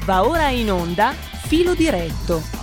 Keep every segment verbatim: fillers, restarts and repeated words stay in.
Va ora in onda Filo Diretto.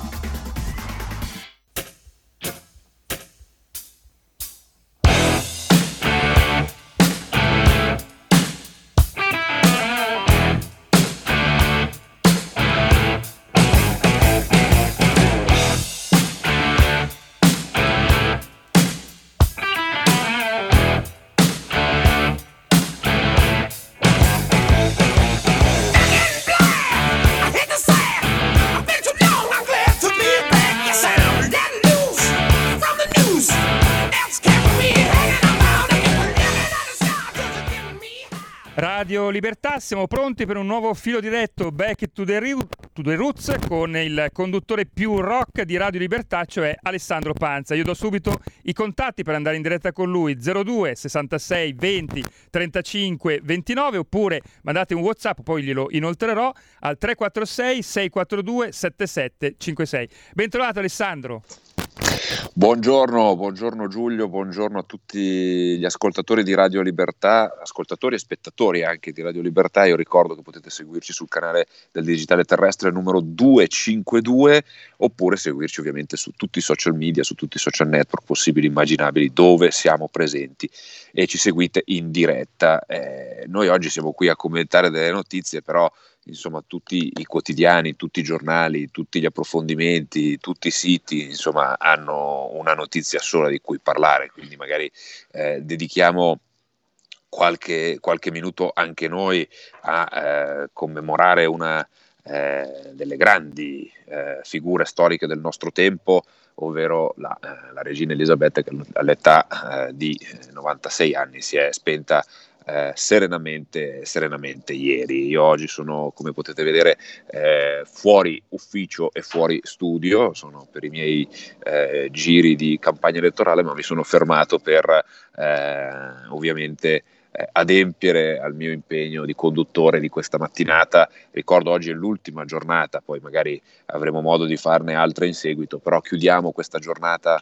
Radio Libertà, siamo pronti per un nuovo filo diretto Back to the, Ru- to the Roots con il conduttore più rock di Radio Libertà, cioè Alessandro Panza. Io do subito i contatti per andare in diretta con lui: zero due sessantasei venti trentacinque ventinove, oppure mandate un WhatsApp, poi glielo inoltrerò, al tre quattro sei sei quattro due sette sette cinque sei. Ben trovato Alessandro. Buongiorno, buongiorno Giulio, buongiorno a tutti gli ascoltatori di Radio Libertà, ascoltatori e spettatori anche di Radio Libertà. Io ricordo che potete seguirci sul canale del digitale terrestre numero duecentocinquantadue, oppure seguirci ovviamente su tutti i social media, su tutti i social network possibili e immaginabili dove siamo presenti e ci seguite in diretta. Eh, noi oggi siamo qui a commentare delle notizie, però insomma tutti i quotidiani, tutti i giornali, tutti gli approfondimenti, tutti i siti insomma hanno una notizia sola di cui parlare, quindi magari eh, dedichiamo qualche, qualche minuto anche noi a eh, commemorare una eh, delle grandi eh, figure storiche del nostro tempo, ovvero la, eh, la regina Elisabetta, che all'età eh, di novantasei anni si è spenta Eh, serenamente, serenamente ieri. Io oggi sono, come potete vedere, eh, fuori ufficio e fuori studio, sono per i miei eh, giri di campagna elettorale, ma mi sono fermato per eh, ovviamente eh, adempiere al mio impegno di conduttore di questa mattinata. Ricordo oggi è l'ultima giornata, poi magari avremo modo di farne altre in seguito, però chiudiamo questa giornata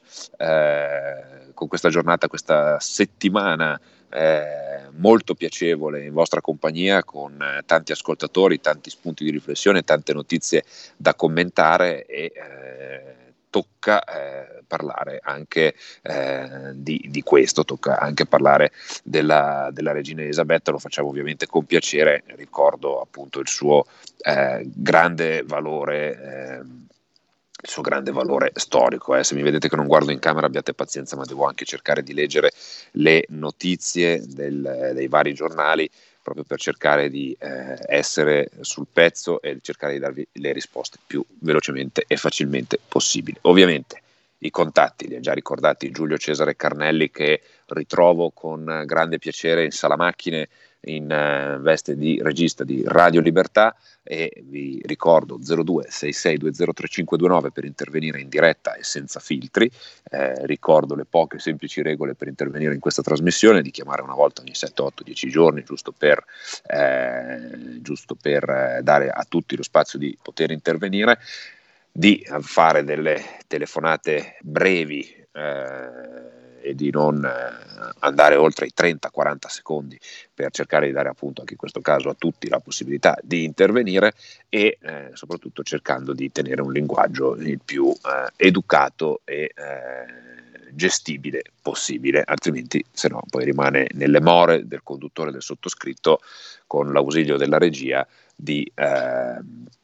eh, con questa giornata, questa settimana Eh, molto piacevole in vostra compagnia, con eh, tanti ascoltatori, tanti spunti di riflessione, tante notizie da commentare e eh, tocca eh, parlare anche eh, di, di questo, tocca anche parlare della, della regina Elisabetta. Lo facciamo ovviamente con piacere, ricordo appunto il suo eh, grande valore eh, il suo grande valore storico. Eh. Se mi vedete che non guardo in camera abbiate pazienza, ma devo anche cercare di leggere le notizie del, dei vari giornali, proprio per cercare di eh, essere sul pezzo e cercare di darvi le risposte più velocemente e facilmente possibile. Ovviamente i contatti li ha già ricordati Giulio Cesare Carnelli, che ritrovo con grande piacere in sala macchine in uh, veste di regista di Radio Libertà, e vi ricordo zero due sei sei due zero tre cinque due nove per intervenire in diretta e senza filtri. Eh, ricordo le poche semplici regole per intervenire in questa trasmissione: di chiamare una volta ogni sette, otto, dieci giorni, giusto per, eh, giusto per eh, dare a tutti lo spazio di poter intervenire, di fare delle telefonate brevi eh, e di non eh, andare oltre i trenta quaranta secondi, per cercare di dare appunto anche in questo caso a tutti la possibilità di intervenire, e eh, soprattutto cercando di tenere un linguaggio il più eh, educato e eh, gestibile possibile, altrimenti se no poi rimane nelle more del conduttore, del sottoscritto, con l'ausilio della regia, di eh,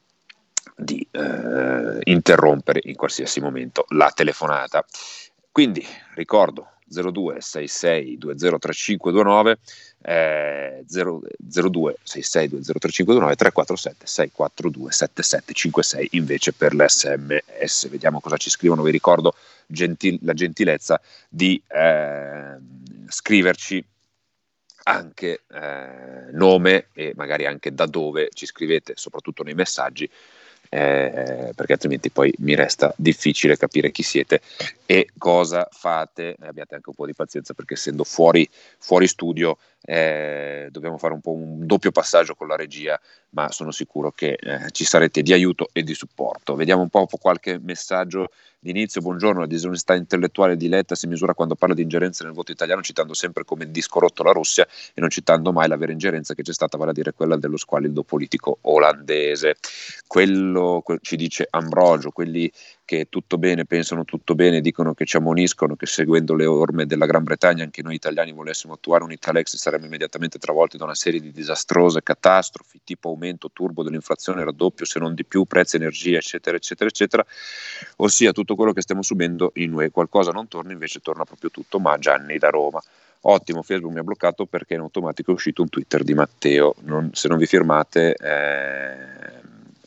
di eh, interrompere in qualsiasi momento la telefonata. Quindi ricordo zero due sei sei due zero tre cinque due nove, eh, zero due sei sei due zero tre cinque due nove, tre quattro sette sei quattro due sette sette cinque sei invece per l'esse emme esse. Vediamo cosa ci scrivono. Vi ricordo gentil- la gentilezza di eh, scriverci anche eh, nome e magari anche da dove ci scrivete, soprattutto nei messaggi, eh, perché altrimenti poi mi resta difficile capire chi siete e cosa fate. Abbiate anche un po' di pazienza, perché essendo fuori, fuori studio eh, dobbiamo fare un po' un doppio passaggio con la regia, ma sono sicuro che eh, ci sarete di aiuto e di supporto. Vediamo un po' qualche messaggio di inizio. Buongiorno, la disonestà intellettuale di Letta si misura quando parla di ingerenze nel voto italiano, citando sempre come disco rotto la Russia e non citando mai la vera ingerenza che c'è stata, vale a dire quella dello squallido politico olandese. quello que- ci dice Ambrogio, quelli che tutto bene, pensano tutto bene, dicono che ci ammoniscono che seguendo le orme della Gran Bretagna anche noi italiani volessimo attuare un Italex saremmo immediatamente travolti da una serie di disastrose catastrofi tipo aumento turbo dell'inflazione, raddoppio se non di più, prezzi energia eccetera eccetera eccetera, ossia tutto quello che stiamo subendo in U E. Qualcosa non torna, invece torna proprio tutto, ma Gianni da Roma. Ottimo, Facebook mi ha bloccato perché in automatico è uscito un Twitter di Matteo. Non, se non vi firmate, eh,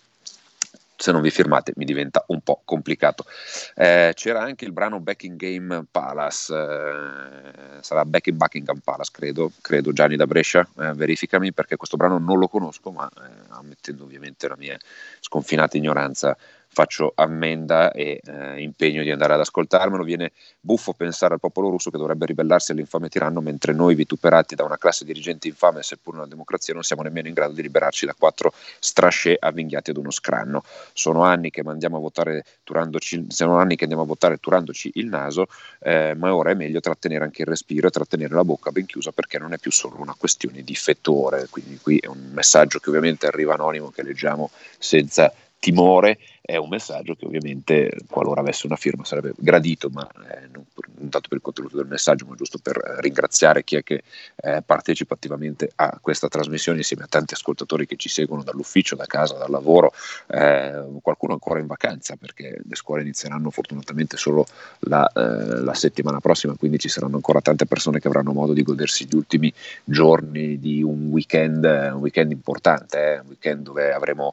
se non vi firmate mi diventa un po' complicato. Eh, c'era anche il brano Buckingham Palace, eh, sarà Back in Buckingham Palace, credo, credo Gianni da Brescia, eh, verificami perché questo brano non lo conosco, ma eh, ammettendo ovviamente la mia sconfinata ignoranza faccio ammenda e eh, impegno di andare ad ascoltarmelo. Viene buffo pensare al popolo russo che dovrebbe ribellarsi all'infame tiranno, mentre noi vituperati da una classe dirigente infame, seppur una democrazia, non siamo nemmeno in grado di liberarci da quattro strasciè avvinghiati ad uno scranno. Sono anni che andiamo a votare turandoci, sono anni che andiamo a votare turandoci il naso, eh, ma ora è meglio trattenere anche il respiro e trattenere la bocca ben chiusa, perché non è più solo una questione di fettore. Quindi qui è un messaggio che ovviamente arriva anonimo, che leggiamo senza timore, è un messaggio che ovviamente qualora avesse una firma sarebbe gradito, ma eh, non, non tanto per il contenuto del messaggio, ma giusto per eh, ringraziare chi è che eh, partecipa attivamente a questa trasmissione, insieme a tanti ascoltatori che ci seguono dall'ufficio, da casa, dal lavoro, eh, qualcuno ancora in vacanza perché le scuole inizieranno fortunatamente solo la, eh, la settimana prossima, quindi ci saranno ancora tante persone che avranno modo di godersi gli ultimi giorni di un weekend, un weekend importante, eh, un weekend dove avremo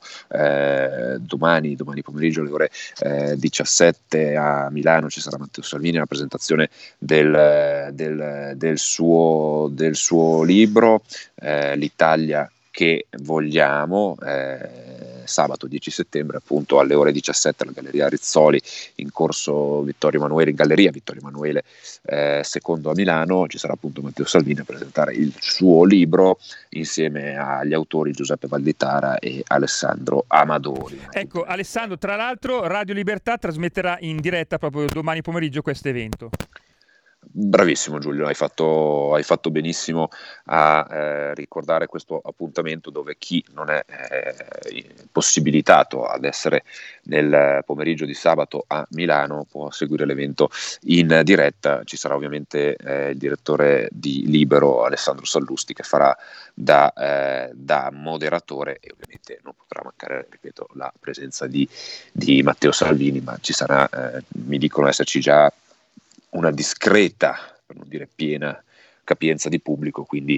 eh, domani, domani pomeriggio alle ore eh, diciassette a Milano ci sarà Matteo Salvini, la presentazione del, del, del, suo, del suo libro eh, L'Italia che vogliamo, eh, sabato dieci settembre appunto alle ore diciassette alla Galleria Rizzoli in corso Vittorio Emanuele, in Galleria Vittorio Emanuele eh, secondo a Milano. Ci sarà appunto Matteo Salvini a presentare il suo libro insieme agli autori Giuseppe Valditara e Alessandro Amadori. Ecco Alessandro, tra l'altro Radio Libertà trasmetterà in diretta proprio domani pomeriggio questo evento. Bravissimo Giulio, hai fatto, hai fatto benissimo a eh, ricordare questo appuntamento, dove chi non è eh, possibilitato ad essere nel pomeriggio di sabato a Milano può seguire l'evento in diretta. Ci sarà ovviamente eh, il direttore di Libero Alessandro Sallusti che farà da, eh, da moderatore, e ovviamente non potrà mancare, ripeto, la presenza di, di Matteo Salvini, ma ci sarà, eh, mi dicono esserci già una discreta, per non dire piena, capienza di pubblico, quindi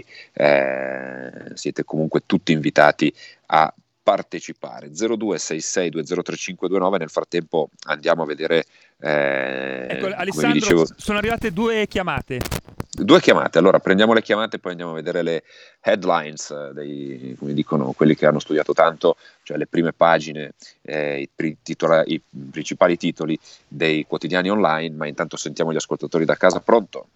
eh, siete comunque tutti invitati a partecipare. zero due sei sei due zero tre cinque due nove. Nel frattempo andiamo a vedere eh, ecco, Alessandro, come vi dicevo, sono arrivate due chiamate. Due chiamate, allora prendiamo le chiamate e poi andiamo a vedere le headlines, dei, come dicono quelli che hanno studiato tanto, cioè le prime pagine, eh, i, pri- titola- i principali titoli dei quotidiani online, ma intanto sentiamo gli ascoltatori da casa. Pronto?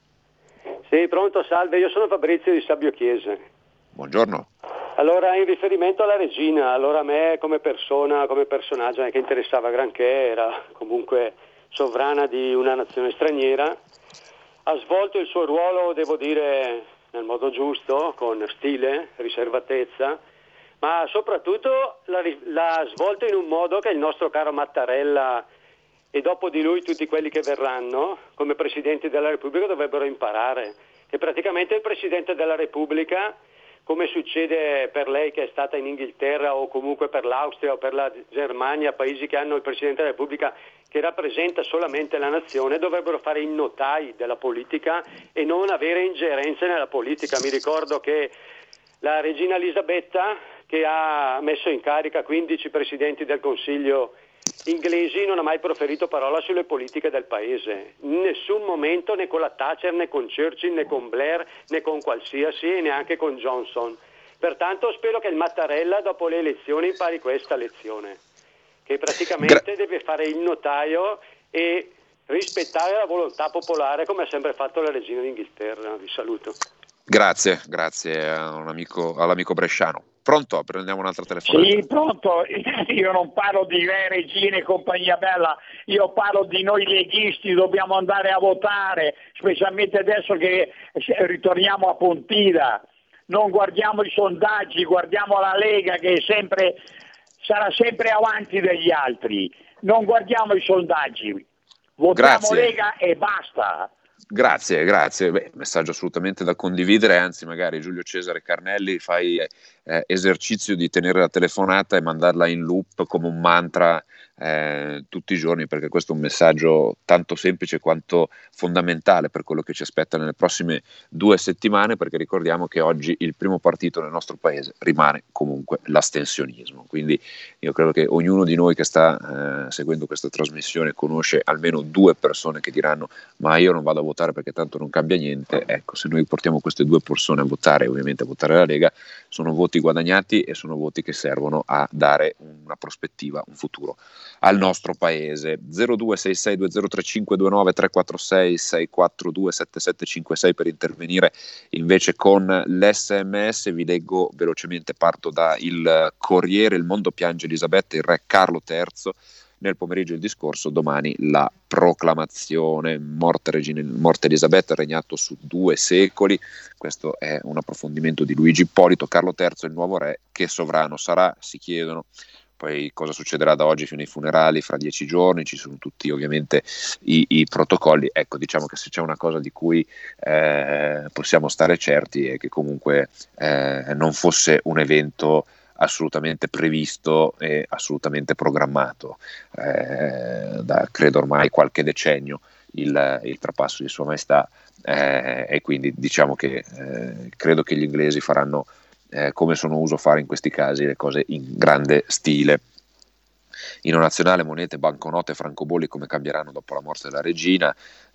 Sì, pronto, salve, io sono Fabrizio di Sabbio Chiese. Buongiorno. Allora, in riferimento alla regina, allora a me come persona, come personaggio non è che interessava granché, era comunque sovrana di una nazione straniera. Ha svolto il suo ruolo, devo dire, nel modo giusto, con stile, riservatezza, ma soprattutto l'ha, l'ha svolto in un modo che il nostro caro Mattarella e dopo di lui tutti quelli che verranno come Presidenti della Repubblica dovrebbero imparare, che praticamente il Presidente della Repubblica, come succede per lei che è stata in Inghilterra o comunque per l'Austria o per la Germania, paesi che hanno il Presidente della Repubblica che rappresenta solamente la nazione, dovrebbero fare i notai della politica e non avere ingerenze nella politica. Mi ricordo che la regina Elisabetta, che ha messo in carica quindici presidenti del Consiglio inglesi, non ha mai proferito parola sulle politiche del paese, in nessun momento, né con la Thatcher, né con Churchill, né con Blair, né con qualsiasi, e neanche con Johnson. Pertanto spero che il Mattarella dopo le elezioni impari questa lezione, che praticamente Gra- deve fare il notaio e rispettare la volontà popolare come ha sempre fatto la regina d'Inghilterra. Vi saluto. Grazie, grazie a un amico, all'amico bresciano. Pronto? Prendiamo un'altra telefonata. Sì, pronto. Io non parlo di re, regine e compagnia bella, io parlo di noi leghisti, dobbiamo andare a votare, specialmente adesso che ritorniamo a Pontida. Non guardiamo i sondaggi, guardiamo la Lega che è sempre, sarà sempre avanti degli altri. Non guardiamo i sondaggi, votiamo Grazie. Lega e basta. Grazie, grazie. Beh, messaggio assolutamente da condividere, anzi magari Giulio Cesare Carnelli fai eh, esercizio di tenere la telefonata e mandarla in loop come un mantra eh, tutti i giorni, perché questo è un messaggio tanto semplice quanto fondamentale per quello che ci aspetta nelle prossime due settimane, perché ricordiamo che oggi il primo partito nel nostro paese rimane comunque l'astensionismo, quindi io credo che ognuno di noi che sta eh, seguendo questa trasmissione conosce almeno due persone che diranno ma io non vado a votare perché tanto non cambia niente. Ecco, se noi portiamo queste due persone a votare, ovviamente a votare la Lega, sono voti guadagnati e sono voti che servono a dare una prospettiva, un futuro al nostro paese. zero due sei sei due zero tre cinque due nove tre quattro sei sei quattro due sette sette cinque sei per intervenire invece con l'esse emme esse. Vi leggo velocemente, parto da Il Corriere. Il mondo piange Elisabetta, il re Carlo terzo. Nel pomeriggio il discorso, domani la proclamazione. Morte, regina, morte Elisabetta, regnato su due secoli. Questo è un approfondimento di Luigi Ippolito. Carlo terzo, il nuovo re, che sovrano sarà? Si chiedono. Poi cosa succederà da oggi fino ai funerali fra dieci giorni? Ci sono tutti ovviamente i, i protocolli. Ecco, diciamo che se c'è una cosa di cui eh, possiamo stare certi è che comunque eh, non fosse un evento assolutamente previsto e assolutamente programmato eh, da credo ormai qualche decennio il, il trapasso di Sua Maestà eh, e quindi diciamo che eh, credo che gli inglesi faranno eh, come sono uso fare in questi casi le cose in grande stile. In nazionale, monete, banconote, francobolli come cambieranno dopo la morte della regina.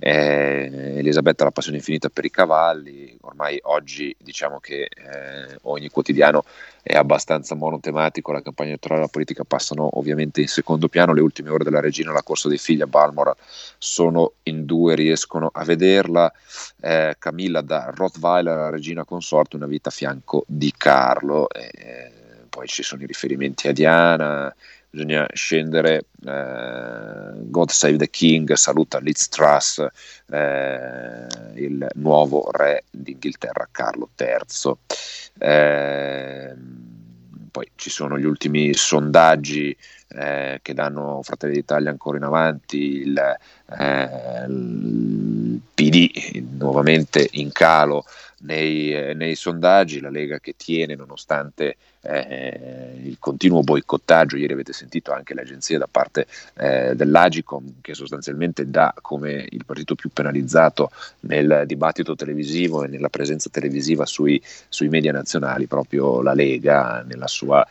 eh, Elisabetta la passione infinita per i cavalli. Ormai oggi diciamo che eh, ogni quotidiano è abbastanza monotematico, la campagna elettorale e la politica passano ovviamente in secondo piano. Le ultime ore della regina, la corsa dei figli a Balmoral sono in due, riescono a vederla. eh, Camilla da Rottweiler, la regina consorte, una vita a fianco di Carlo. eh, poi ci sono i riferimenti a Diana. Bisogna scendere, eh, God Save the King saluta Liz Truss, eh, il nuovo re d'Inghilterra Carlo terzo. Eh, poi ci sono gli ultimi sondaggi eh, che danno Fratelli d'Italia ancora in avanti, il, eh, il P D nuovamente in calo nei, eh, nei sondaggi, la Lega che tiene nonostante eh, il continuo boicottaggio. Ieri avete sentito anche le agenzie da parte eh, dell'Agicom, che sostanzialmente dà come il partito più penalizzato nel dibattito televisivo e nella presenza televisiva sui, sui media nazionali proprio la Lega, nella sua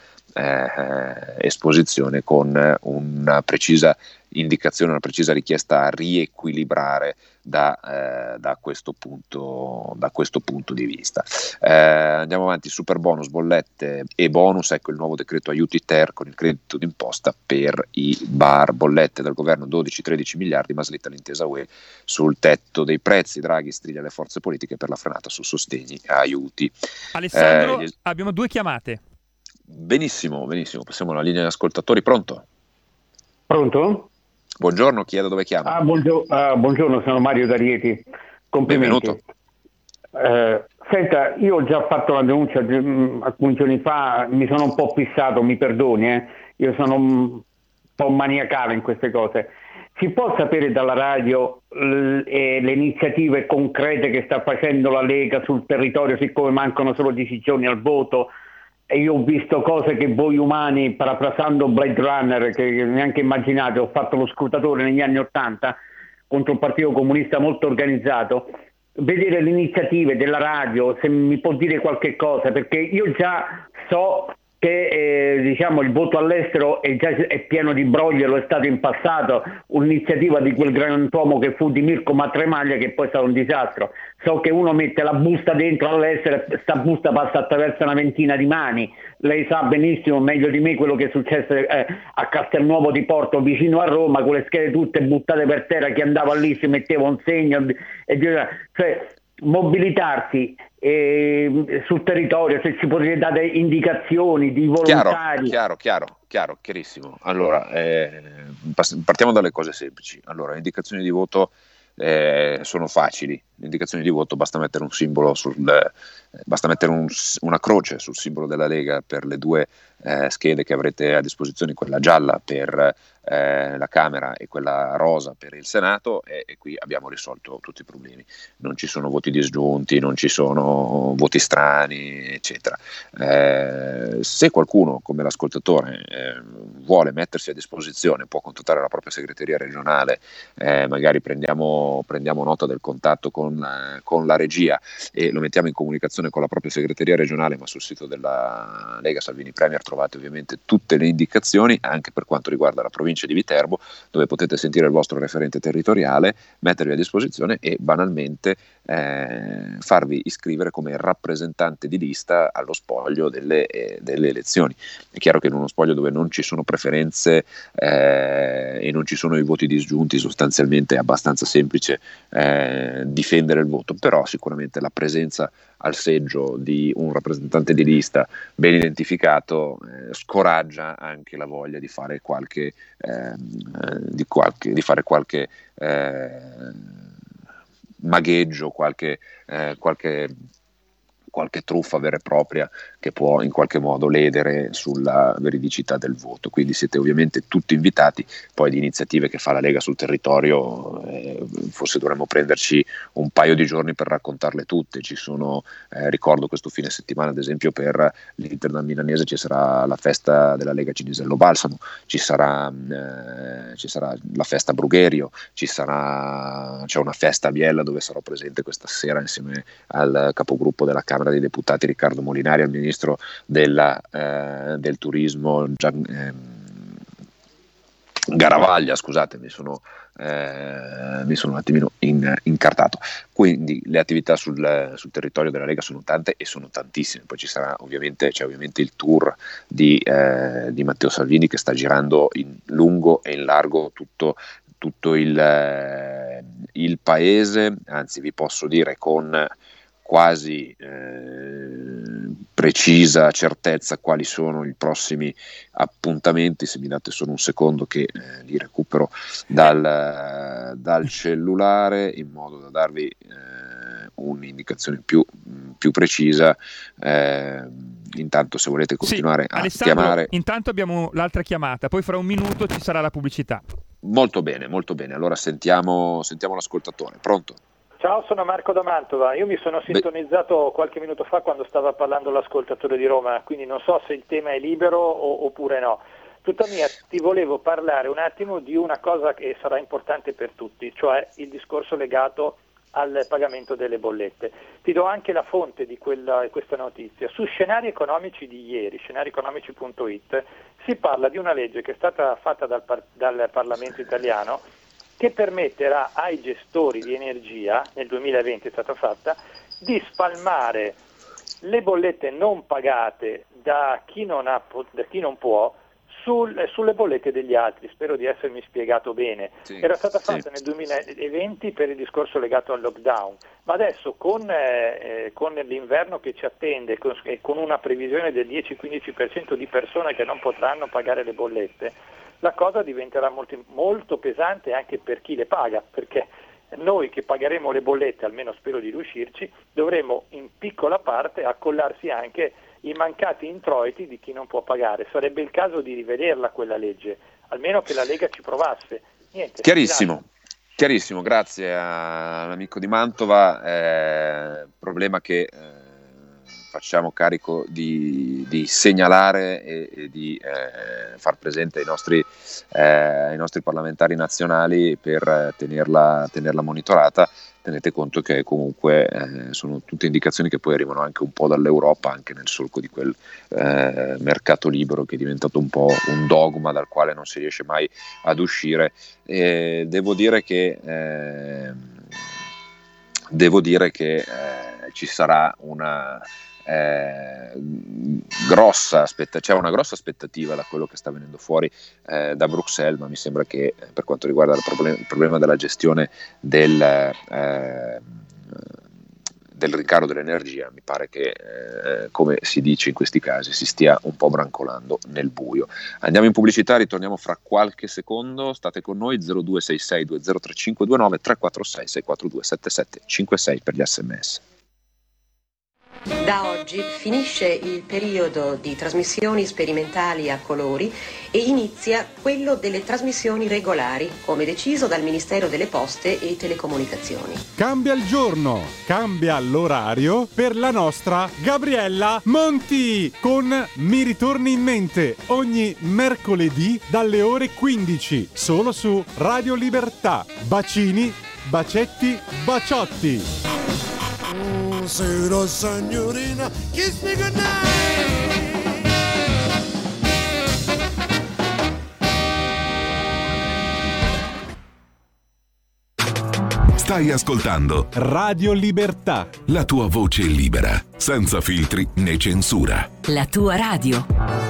eh, esposizione, con una precisa indicazione, una precisa richiesta a riequilibrare da, eh, da, questo punto, da questo punto di vista. Eh, andiamo avanti. Super bonus, bollette e bonus. Ecco il nuovo decreto aiuti ter con il credito d'imposta per i bar. Bollette del governo dodici tredici miliardi, ma slitta l'intesa U E sul tetto dei prezzi. Draghi striglia le forze politiche per la frenata su sostegni e aiuti. Alessandro, eh, abbiamo due chiamate. Benissimo, benissimo. Passiamo alla linea di ascoltatori. Pronto? Pronto? Buongiorno, chi è, da dove chiama? Ah, buongiorno, ah, buongiorno, sono Mario da Rieti. Complimenti. Benvenuto. Eh, senta, io ho già fatto la denuncia mh, alcuni giorni fa, mi sono un po' fissato, mi perdoni, eh. Io sono un po' maniacale in queste cose. Si può sapere dalla radio l- eh, le iniziative concrete che sta facendo la Lega sul territorio, siccome mancano solo dieci giorni al voto? E io ho visto cose che voi umani, parafrasando Blade Runner, che neanche immaginate, ho fatto lo scrutatore negli anni Ottanta contro un partito comunista molto organizzato. Vedere le iniziative della radio, se mi può dire qualche cosa, perché io già so che eh, diciamo il voto all'estero è già è pieno di broglie, lo è stato in passato, un'iniziativa di quel grand'uomo che fu di Mirko Matremaglia, che poi è stato un disastro. So che uno mette la busta dentro all'estero, sta busta passa attraverso una ventina di mani. Lei sa benissimo, meglio di me, quello che è successo eh, a Castelnuovo di Porto vicino a Roma, con le schede tutte buttate per terra, chi andava lì si metteva un segno e cioè mobilitarsi eh, sul territorio, se ci potete dare indicazioni di volontari. Chiaro, chiaro, chiaro, chiaro, chiarissimo. Allora, eh, partiamo dalle cose semplici. Allora, indicazioni di voto eh, sono facili. l'indicazione di voto basta mettere un simbolo sul, eh, basta mettere un, una croce sul simbolo della Lega per le due eh, schede che avrete a disposizione, quella gialla per eh, la Camera e quella rosa per il Senato, e, e qui abbiamo risolto tutti i problemi. Non ci sono voti disgiunti, non ci sono voti strani, eccetera. Eh, se qualcuno come l'ascoltatore eh, vuole mettersi a disposizione, può contattare la propria segreteria regionale, eh, magari prendiamo, prendiamo nota del contatto con, eh, con la regia e lo mettiamo in comunicazione con la propria segreteria regionale, ma sul sito della Lega Salvini Premier trovate ovviamente tutte le indicazioni anche per quanto riguarda la provincia di Viterbo, dove potete sentire il vostro referente territoriale, mettervi a disposizione e banalmente eh, farvi iscrivere come rappresentante di lista allo spoglio delle, eh, delle elezioni. È chiaro che in uno spoglio dove non ci sono preferenze eh, e non ci sono i voti disgiunti, sostanzialmente è abbastanza semplice eh, difendere il voto, però sicuramente la presenza al seggio di un rappresentante di lista ben identificato eh, scoraggia anche la voglia di fare qualche, eh, di qualche, di fare qualche eh, magheggio, qualche, eh, qualche qualche truffa vera e propria che può in qualche modo ledere sulla veridicità del voto. Quindi siete ovviamente tutti invitati. Poi di iniziative che fa la Lega sul territorio eh, forse dovremmo prenderci un paio di giorni per raccontarle tutte. Ci sono, eh, ricordo questo fine settimana ad esempio per l'Internal Milanese ci sarà la festa della Lega Cinisello Balsamo, ci sarà, eh, ci sarà la festa Brugherio, ci sarà c'è una festa a Biella dove sarò presente questa sera insieme al capogruppo della Camera dei Deputati Riccardo Molinari, al ministro della, eh, del turismo Gian, eh, Garavaglia, scusate, mi sono, eh, mi sono un attimino in, incartato. Quindi le attività sul, sul territorio della Lega sono tante e sono tantissime. Poi ci sarà ovviamente, c'è ovviamente il tour di, eh, di Matteo Salvini che sta girando in lungo e in largo tutto, tutto il, eh, il paese, anzi vi posso dire con quasi eh, precisa certezza quali sono i prossimi appuntamenti. Se mi date solo un secondo che eh, li recupero dal, dal cellulare in modo da darvi eh, un'indicazione più, più precisa. Eh, intanto se volete continuare sì, a Alessandro, chiamare, intanto abbiamo l'altra chiamata, poi fra un minuto ci sarà la pubblicità. Molto bene, molto bene, allora sentiamo, sentiamo l'ascoltatore. Pronto? Ciao, sono Marco da Mantova. Io mi sono sintonizzato qualche minuto fa quando stava parlando l'ascoltatore di Roma, quindi non so se il tema è libero o, oppure no. Tuttavia ti volevo parlare un attimo di una cosa che sarà importante per tutti, cioè il discorso legato al pagamento delle bollette. Ti do anche la fonte di quella, questa notizia. Su Scenari Economici di ieri, scenari economici punto it, si parla di una legge che è stata fatta dal, dal Parlamento italiano che permetterà ai gestori di energia, nel duemilaventi è stata fatta, di spalmare le bollette non pagate da chi non, ha, da chi non può sul, sulle bollette degli altri. Spero di essermi spiegato bene. Sì, Era stata fatta sì. nel duemilaventi per il discorso legato al lockdown, ma adesso con, eh, con l'inverno che ci attende con, e con una previsione del dieci-quindici per cento di persone che non potranno pagare le bollette, la cosa diventerà molto, molto pesante anche per chi le paga, perché noi che pagheremo le bollette, almeno spero di riuscirci, dovremo in piccola parte accollarsi anche i mancati introiti di chi non può pagare. Sarebbe il caso di rivederla quella legge, almeno che la Lega ci provasse. Niente, chiarissimo, chiarissimo, grazie all'amico di Mantova. Eh, problema che eh, facciamo carico di, di segnalare e, e di eh, far presente ai nostri, eh, ai nostri parlamentari nazionali per tenerla, tenerla monitorata. Tenete conto che comunque eh, sono tutte indicazioni che poi arrivano anche un po' dall'Europa, anche nel solco di quel eh, mercato libero che è diventato un po' un dogma dal quale non si riesce mai ad uscire. E devo dire che eh, devo dire che eh, ci sarà una Eh, grossa aspetta- c'è una grossa aspettativa da quello che sta venendo fuori eh, da Bruxelles, ma mi sembra che eh, per quanto riguarda il problema, il problema della gestione del, eh, del rincaro dell'energia, mi pare che eh, come si dice in questi casi si stia un po' brancolando nel buio. Andiamo in pubblicità, ritorniamo fra qualche secondo, state con noi. Zero due sei sei due zero tre cinque due nove tre quattro sei sei quattro due sette sette cinque sei per gli sms. Da oggi finisce il periodo di trasmissioni sperimentali a colori e inizia quello delle trasmissioni regolari, come deciso dal Ministero delle Poste e Telecomunicazioni. Cambia il giorno, cambia l'orario per la nostra Gabriella Monti con Mi ritorni in mente ogni mercoledì dalle ore quindici, solo su Radio Libertà. Bacini, bacetti, baciotti. Buonasera signorina, kiss me goodnight. Stai ascoltando Radio Libertà, la tua voce libera, senza filtri né censura. La tua radio.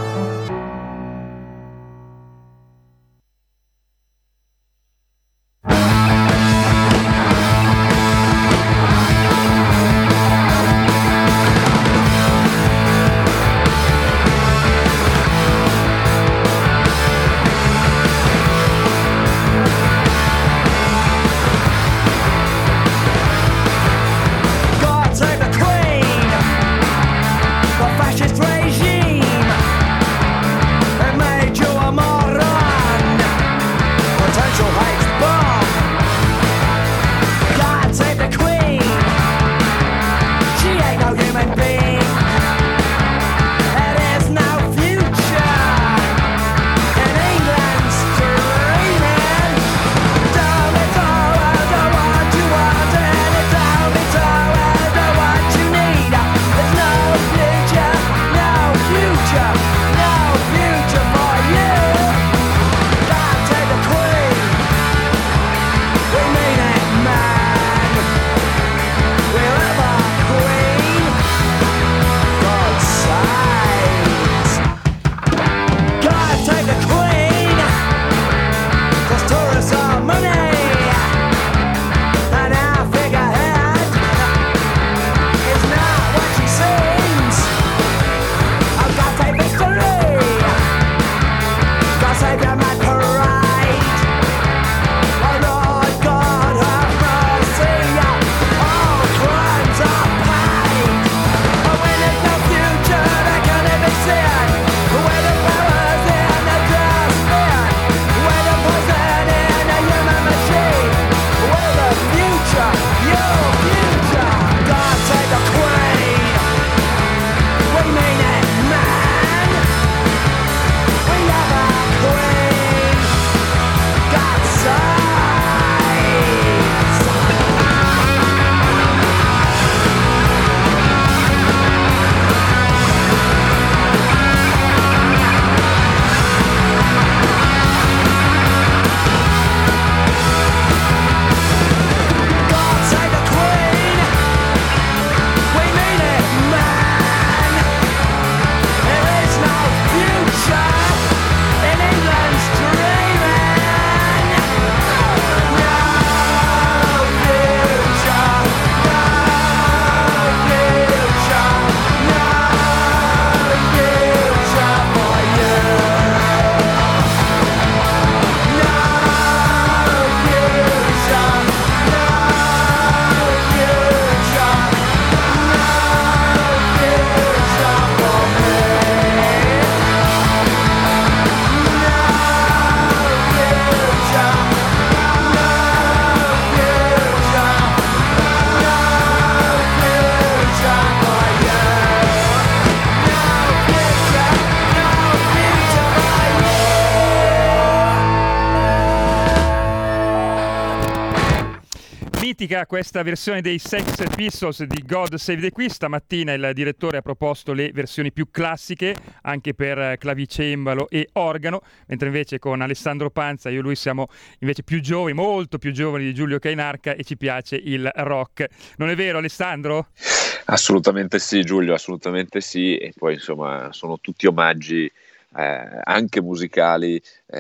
Questa versione dei Sex Pistols di God Save the Queen. Stamattina il direttore ha proposto le versioni più classiche anche per clavicembalo e organo, mentre invece con Alessandro Panza io e lui siamo invece più giovani, molto più giovani di Giulio Cainarca, e ci piace il rock. Non è vero, Alessandro? Assolutamente sì, Giulio, assolutamente sì. E poi insomma sono tutti omaggi Eh, anche musicali.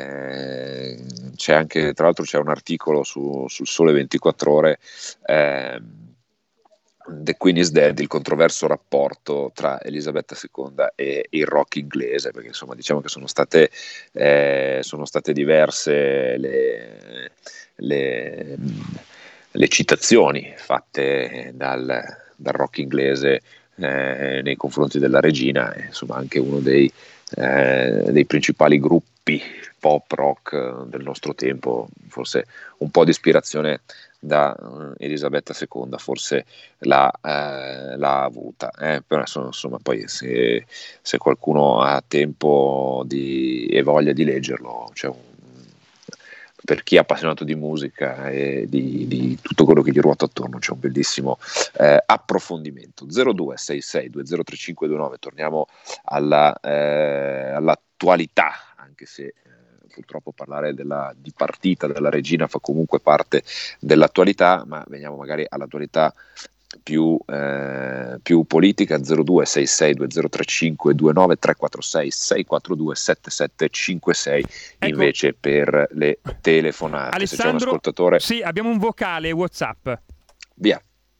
Eh, c'è anche, tra l'altro c'è un articolo su, sul Sole ventiquattro Ore eh, The Queen is Dead, il controverso rapporto tra Elisabetta seconda e il rock inglese, perché insomma diciamo che sono state, eh, sono state diverse le, le, le citazioni fatte dal, dal rock inglese eh, nei confronti della regina, e, insomma anche uno dei, eh, dei principali gruppi pop rock del nostro tempo, forse un po' di ispirazione da uh, Elisabetta seconda forse l'ha, eh, l'ha avuta, eh, però insomma poi se, se qualcuno ha tempo di, e voglia di leggerlo, cioè un, per chi è appassionato di musica e di, di tutto quello che gli ruota attorno, c'è un bellissimo eh, approfondimento. zero due sei sei due zero tre cinque due nove, torniamo alla, eh, all'attualità, anche se purtroppo parlare della dipartita della regina fa comunque parte dell'attualità, ma veniamo magari all'attualità più, eh, più politica. Zero due sei sei due zero tre cinque due nove tre quattro sei sei quattro due sette sette cinque sei, ecco, invece per le telefonate. Alessandro, se c'è un ascoltatore, sì, abbiamo un vocale WhatsApp. Via.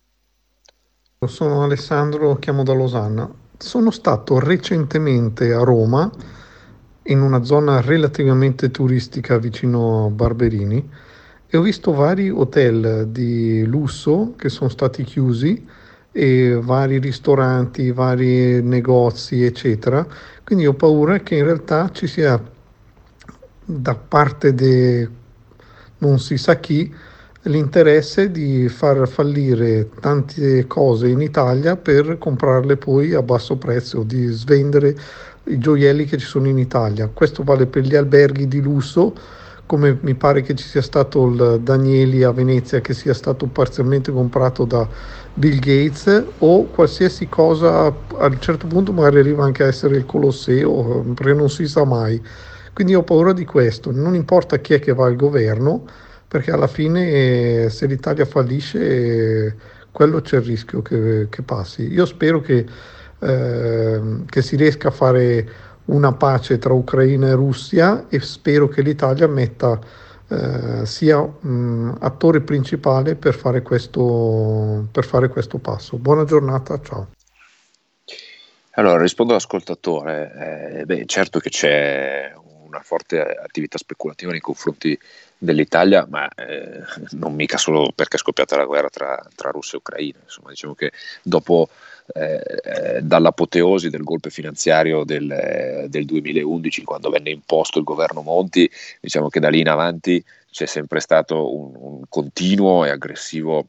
Sono Alessandro, chiamo da Losanna. Sono stato recentemente a Roma, in una zona relativamente turistica vicino a Barberini, e ho visto vari hotel di lusso che sono stati chiusi e vari ristoranti, vari negozi, eccetera. Quindi ho paura che in realtà ci sia da parte di non si sa chi l'interesse di far fallire tante cose in Italia per comprarle poi a basso prezzo, di svendere i gioielli che ci sono in Italia. Questo vale per gli alberghi di lusso, come mi pare che ci sia stato il Danieli a Venezia, che sia stato parzialmente comprato da Bill Gates, o qualsiasi cosa a un certo punto magari arriva anche a essere il Colosseo, perché non si sa mai. Quindi ho paura di questo. Non importa chi è che va al governo, perché alla fine se l'Italia fallisce, quello c'è il rischio che, che passi. Io spero che Eh, che si riesca a fare una pace tra Ucraina e Russia, e spero che l'Italia metta eh, sia mh, attore principale per fare questo per fare questo passo. Buona giornata, ciao. Allora, rispondo all'ascoltatore. Eh, beh, certo che c'è una forte attività speculativa nei confronti dell'Italia, ma eh, non mica solo perché è scoppiata la guerra tra, tra Russia e Ucraina. Insomma, diciamo che dopo Eh, dall'apoteosi del golpe finanziario del, eh, del duemilaundici, quando venne imposto il governo Monti, diciamo che da lì in avanti c'è sempre stato un, un continuo e aggressivo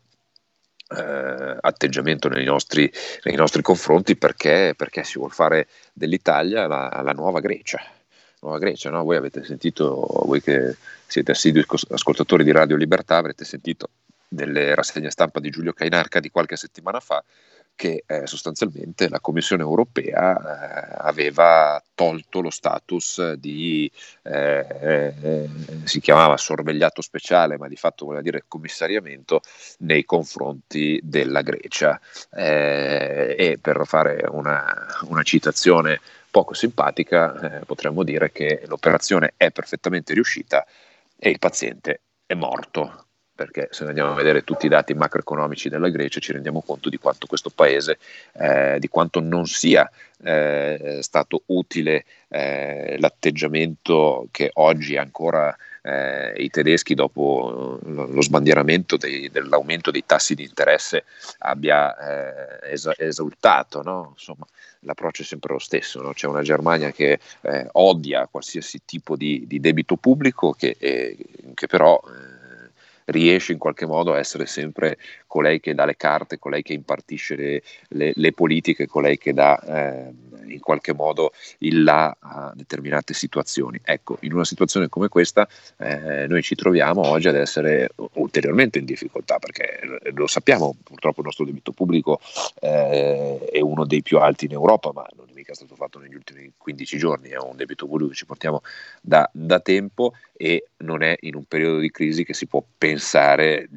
eh, atteggiamento nei nostri, nei nostri confronti, perché, perché si vuol fare dell'Italia la, la nuova Grecia. Nuova Grecia, no? Voi avete sentito, voi che siete assidui ascoltatori di Radio Libertà, avrete sentito delle rassegne stampa di Giulio Cainarca di qualche settimana fa, che eh, sostanzialmente la Commissione europea eh, aveva tolto lo status di, eh, eh, si chiamava sorvegliato speciale, ma di fatto voleva dire commissariamento nei confronti della Grecia. Eh, e per fare una, una citazione poco simpatica, eh, potremmo dire che l'operazione è perfettamente riuscita e il paziente è morto. Perché se andiamo a vedere tutti i dati macroeconomici della Grecia ci rendiamo conto di quanto questo paese, eh, di quanto non sia eh, stato utile eh, l'atteggiamento che oggi ancora eh, i tedeschi, dopo lo, lo sbandieramento dei, dell'aumento dei tassi di interesse, abbia eh, es- esultato, no? Insomma, l'approccio è sempre lo stesso, no? C'è una Germania che eh, odia qualsiasi tipo di, di debito pubblico, che, eh, che però eh, riesce in qualche modo a essere sempre colei che dà le carte, colei che impartisce le, le, le politiche, colei che dà eh, in qualche modo il là a determinate situazioni. Ecco, in una situazione come questa eh, noi ci troviamo oggi ad essere ulteriormente in difficoltà, perché lo sappiamo, purtroppo il nostro debito pubblico eh, è uno dei più alti in Europa, ma non è mica stato fatto negli ultimi quindici giorni, è un debito pubblico che ci portiamo da, da tempo, e non è in un periodo di crisi che si può pensare di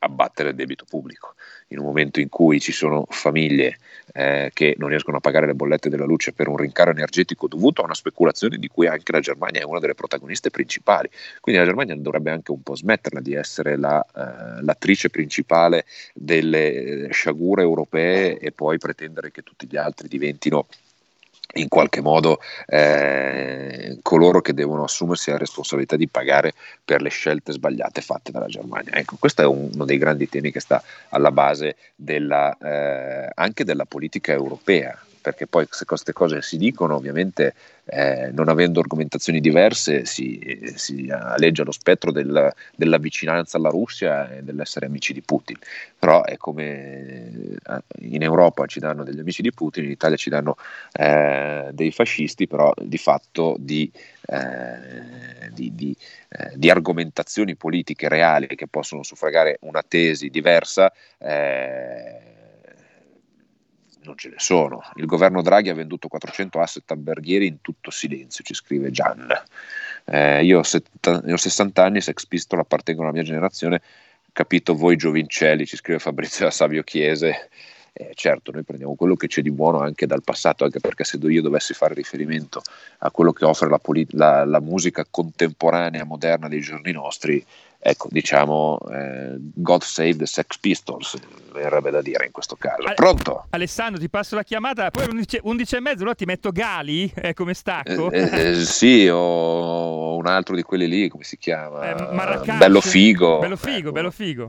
abbattere il debito pubblico. In un momento in cui ci sono famiglie eh, che non riescono a pagare le bollette della luce per un rincaro energetico dovuto a una speculazione di cui anche la Germania è una delle protagoniste principali, quindi la Germania dovrebbe anche un po' smetterla di essere la, eh, l'attrice principale delle sciagure europee e poi pretendere che tutti gli altri diventino in qualche modo eh, coloro che devono assumersi la responsabilità di pagare per le scelte sbagliate fatte dalla Germania. Ecco, questo è uno dei grandi temi che sta alla base della, eh, anche della politica europea, perché poi se queste cose si dicono ovviamente eh, non avendo argomentazioni diverse si, si aleggia lo spettro del, della vicinanza alla Russia e dell'essere amici di Putin, però è come in Europa ci danno degli amici di Putin, in Italia ci danno eh, dei fascisti, però di fatto di, eh, di, di, eh, di argomentazioni politiche reali che possono suffragare una tesi diversa eh, non ce ne sono. Il governo Draghi ha venduto quattrocento asset alberghieri in tutto silenzio, ci scrive Gian. Eh, io, ho setta, io ho sessanta anni, Sex Pistol appartengono alla mia generazione, capito voi giovincelli, ci scrive Fabrizio da Savio Chiese. Eh, certo, noi prendiamo quello che c'è di buono anche dal passato, anche perché se io dovessi fare riferimento a quello che offre la, polit- la, la musica contemporanea, moderna dei giorni nostri, ecco, diciamo eh, God Save the Sex Pistols, verrebbe da dire in questo caso. Pronto? Alessandro, ti passo la chiamata, poi undici, undici e mezzo, allora ti metto Gali eh, come stacco. Eh, eh, sì, o un altro di quelli lì, come si chiama? Eh, Marracash. Bello figo. Bello figo, ecco. bello figo.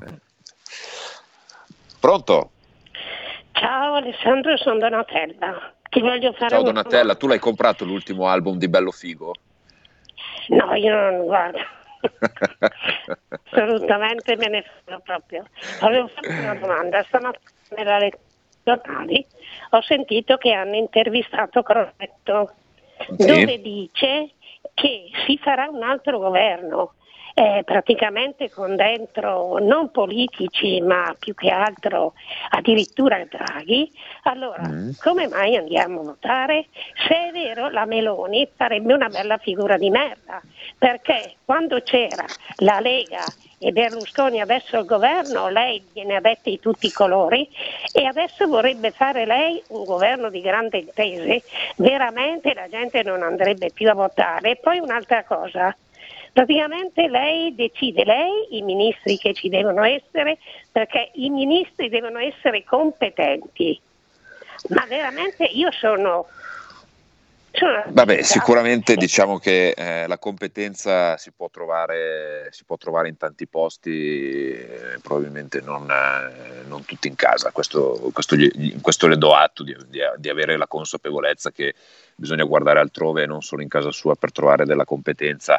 Pronto? Ciao Alessandro, sono Donatella. Ti voglio fare Ciao un... Donatella, tu l'hai comprato l'ultimo album di Bello Figo? No, io non guardo. Assolutamente me ne frego proprio. Volevo fare una domanda. Stamattina nella lettura giornali ho sentito che hanno intervistato Crosetto, sì. dove dice che si farà un altro governo. Eh, praticamente con dentro non politici ma più che altro addirittura Draghi. Allora mm. come mai andiamo a votare? Se è vero, la Meloni farebbe una bella figura di merda, perché quando c'era la Lega e Berlusconi adesso il governo, lei gliene ha detti di tutti i colori e adesso vorrebbe fare lei un governo di grande intese, veramente la gente non andrebbe più a votare. E poi un'altra cosa, praticamente lei decide, lei, i ministri che ci devono essere, perché i ministri devono essere competenti. Ma veramente io sono... sono Vabbè, sicuramente diciamo che eh, la competenza si può trovare, si può trovare in tanti posti, eh, probabilmente non, eh, non tutti in casa. Questo, questo, gli, questo le do atto di, di, di avere la consapevolezza che bisogna guardare altrove e non solo in casa sua per trovare della competenza,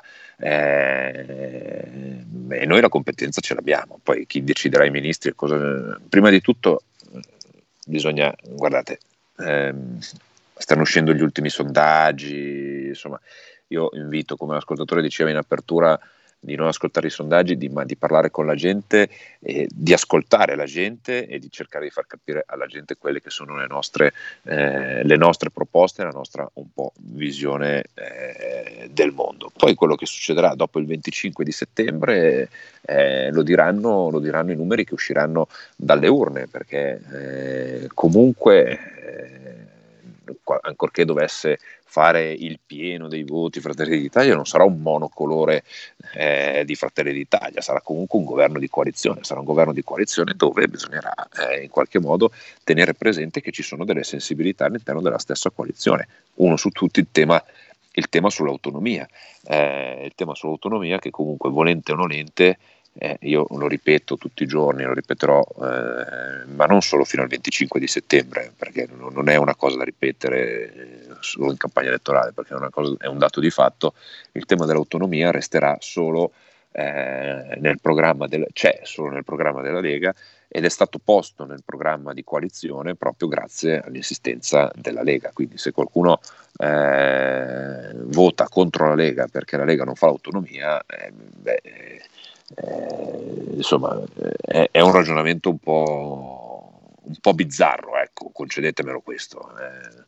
eh, e noi la competenza ce l'abbiamo. Poi chi deciderà i ministri, cosa... prima di tutto bisogna, guardate, ehm, stanno uscendo gli ultimi sondaggi, insomma io invito, come l'ascoltatore diceva in apertura, di non ascoltare i sondaggi, di, ma di parlare con la gente, e di ascoltare la gente e di cercare di far capire alla gente quelle che sono le nostre, eh, le nostre proposte, la nostra un po' visione eh, del mondo. Poi quello che succederà dopo il venticinque di settembre eh, lo diranno, lo diranno i numeri che usciranno dalle urne, perché eh, comunque eh, ancorché dovesse fare il pieno dei voti Fratelli d'Italia, non sarà un monocolore eh, di Fratelli d'Italia, sarà comunque un governo di coalizione, sarà un governo di coalizione dove bisognerà eh, in qualche modo tenere presente che ci sono delle sensibilità all'interno della stessa coalizione. Uno su tutti il tema, il tema sull'autonomia, eh, il tema sull'autonomia che comunque volente o nolente, Eh, io lo ripeto tutti i giorni, lo ripeterò, eh, ma non solo fino al venticinque di settembre, perché non, non è una cosa da ripetere eh, solo in campagna elettorale, perché è, una cosa, è un dato di fatto. Il tema dell'autonomia resterà solo eh, nel programma del, c'è solo nel programma della Lega ed è stato posto nel programma di coalizione proprio grazie all'insistenza della Lega. Quindi se qualcuno eh, vota contro la Lega perché la Lega non fa l'autonomia, eh, beh, Eh, insomma è, è un ragionamento un po', un po' bizzarro, ecco, concedetemelo questo. Eh,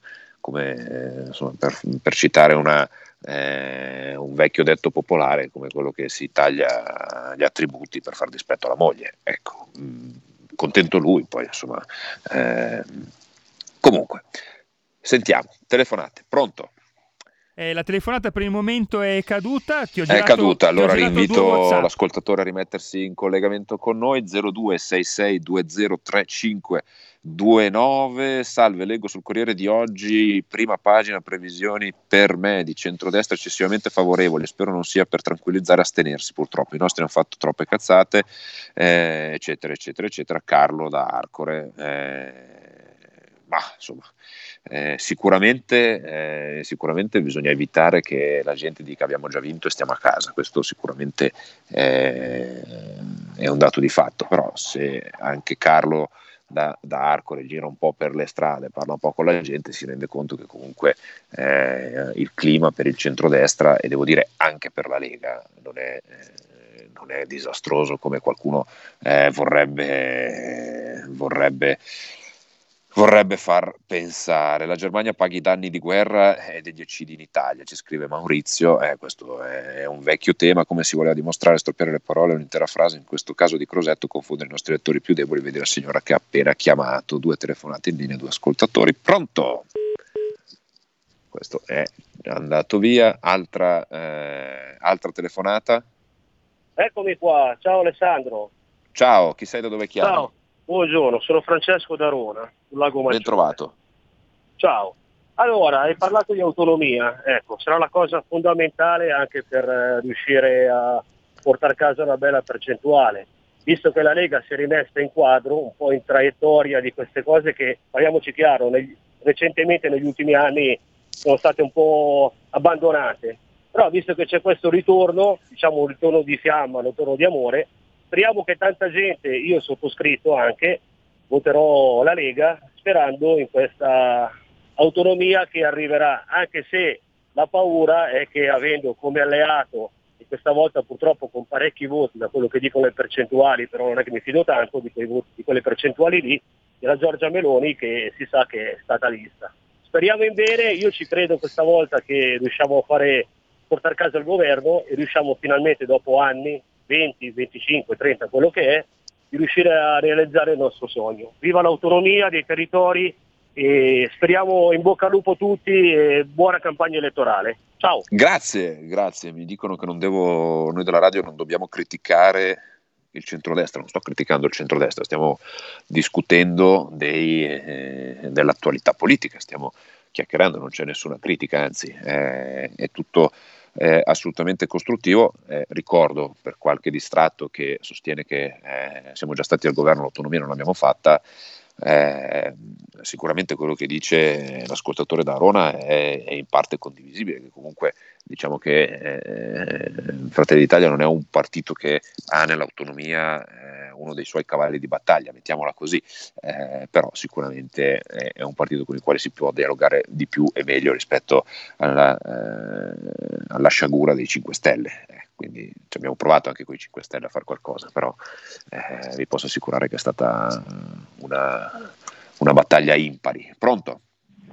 come eh, insomma, per, per citare una, eh, un vecchio detto popolare, come quello che si taglia gli attributi per far dispetto alla moglie. Ecco, mh, contento lui, poi insomma. Eh, comunque, sentiamo, telefonate, pronto? Eh, la telefonata per il momento è caduta. Ti ho È girato, caduta, ti ho allora girato due rinvito WhatsApp. l'ascoltatore a rimettersi in collegamento con noi. Zero due sei sei due zero tre cinque due nove. Salve, leggo sul Corriere di oggi, prima pagina, previsioni per me di centrodestra eccessivamente favorevoli, spero non sia per tranquillizzare, astenersi, purtroppo i nostri hanno fatto troppe cazzate, eh, eccetera eccetera eccetera. Carlo da Arcore. eh, ma insomma Eh, sicuramente, eh, sicuramente bisogna evitare che la gente dica abbiamo già vinto e stiamo a casa, questo sicuramente eh, è un dato di fatto, però se anche Carlo da, da Arcore gira un po' per le strade, parla un po' con la gente, si rende conto che comunque eh, il clima per il centrodestra, e devo dire anche per la Lega, non è, eh, non è disastroso come qualcuno eh, vorrebbe, vorrebbe vorrebbe far pensare. La Germania paga i danni di guerra e degli eccidi in Italia, ci scrive Maurizio. Eh, questo è un vecchio tema, come si voleva dimostrare, storpiare le parole, un'intera frase, in questo caso di Crosetto, confondere i nostri lettori più deboli. Vedi la signora che ha appena chiamato, due telefonate in linea, due ascoltatori. Pronto? Questo è andato via. Altra, eh, altra telefonata. Eccomi qua, ciao Alessandro. Ciao, chi sei, da dove chiami? Ciao, buongiorno, sono Francesco da Rona, sul Lago Maggiore. Ben trovato. Ciao. Allora, hai parlato di autonomia, ecco, sarà la cosa fondamentale anche per eh, riuscire a portare a casa una bella percentuale, visto che la Lega si è rimessa in quadro, un po' in traiettoria di queste cose che, parliamoci chiaro, negli, recentemente negli ultimi anni sono state un po' abbandonate. Però visto che c'è questo ritorno, diciamo un ritorno di fiamma, un ritorno di amore, speriamo che tanta gente, io sottoscritto anche, voterò la Lega sperando in questa autonomia che arriverà, anche se la paura è che avendo come alleato, e questa volta purtroppo con parecchi voti da quello che dicono le percentuali, però non è che mi fido tanto di, quei voti, di quelle percentuali lì, della Giorgia Meloni, che si sa che è stata lista. Speriamo in bene, io ci credo questa volta che riusciamo a fare portare a casa il governo e riusciamo finalmente dopo anni, venti, venticinque, trenta, quello che è, di riuscire a realizzare il nostro sogno. Viva l'autonomia dei territori e speriamo in bocca al lupo tutti e buona campagna elettorale. Ciao. Grazie, grazie. Mi dicono che non devo, noi della radio non dobbiamo criticare il centrodestra, non sto criticando il centrodestra, stiamo discutendo dei, eh, dell'attualità politica, stiamo chiacchierando, non c'è nessuna critica, anzi eh, è tutto eh, assolutamente costruttivo. Eh, ricordo per qualche distratto che sostiene che eh, siamo già stati al governo, l'autonomia non l'abbiamo fatta. Eh, sicuramente quello che dice l'ascoltatore da Arona è, è in parte condivisibile, che comunque diciamo che eh, Fratelli d'Italia non è un partito che ha nell'autonomia eh, uno dei suoi cavalli di battaglia, mettiamola così, eh, però sicuramente è, è un partito con il quale si può dialogare di più e meglio rispetto alla, eh, alla sciagura dei cinque Stelle. Eh, quindi ci abbiamo provato anche con i cinque Stelle a fare qualcosa, però eh, vi posso assicurare che è stata una, una battaglia impari. Pronto?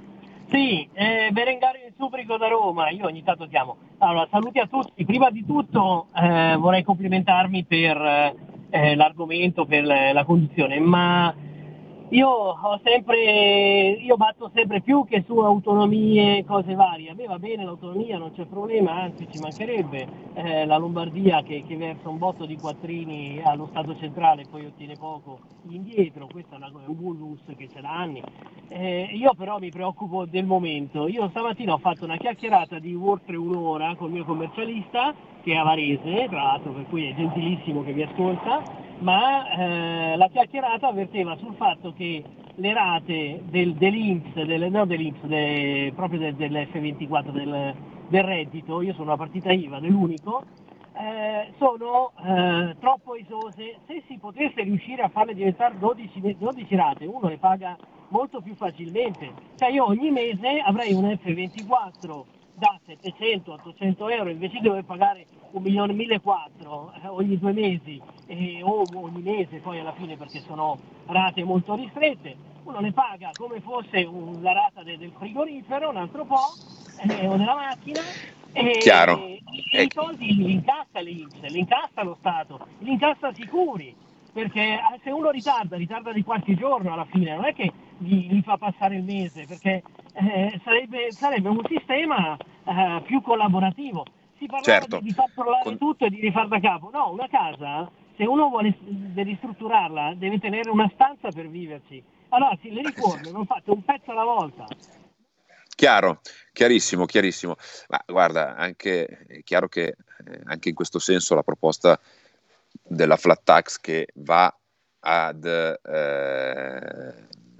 Sì, eh, Berengario in Subrico da Roma, io ogni tanto chiamo. Allora, saluti a tutti. Prima di tutto eh, vorrei complimentarmi per eh, l'argomento, per la conduzione, ma io ho sempre, io batto sempre più che su autonomie e cose varie. A me va bene l'autonomia, non c'è problema, anzi ci mancherebbe. Eh, la Lombardia che, che versa un botto di quattrini allo Stato centrale e poi ottiene poco indietro, questo è, una, è un vulnus che c'è da anni. Eh, io però mi preoccupo del momento. Io stamattina ho fatto una chiacchierata di oltre un'ora col mio commercialista, che è a Varese, tra l'altro, per cui è gentilissimo che mi ascolta, ma eh, la chiacchierata avverteva sul fatto che le rate del, dell'I N P S, delle, no dell'I N P S, de, proprio del, dell'F ventiquattro, del, del reddito, io sono una partita I V A dell'unico, eh, sono eh, troppo esose. Se si potesse riuscire a farle diventare dodici, dodici rate, uno le paga molto più facilmente. Cioè io ogni mese avrei un F ventiquattro da settecento ottocento euro, invece di dover pagare un milione e millequattrocento eh, ogni due mesi eh, o ogni mese poi alla fine, perché sono rate molto ristrette. uno le paga come fosse un, la rata de, del frigorifero, un altro po', eh, o della macchina, e, Chiaro. e i soldi li incassa l'I N P S, li incassa lo Stato, li incassa sicuri, perché se uno ritarda, ritarda di qualche giorno alla fine, non è che gli, gli fa passare il mese, perché eh, sarebbe, sarebbe un sistema eh, più collaborativo. Si parlava Certo. di, di far crollare Con- tutto e di rifar da capo. No, una casa, se uno vuole ristrutturarla, deve tenere una stanza per viverci. Allora, sì, le riforme non fate un pezzo alla volta. Chiaro, chiarissimo, chiarissimo. Ma guarda, anche, è chiaro che eh, anche in questo senso la proposta della flat tax che va ad eh,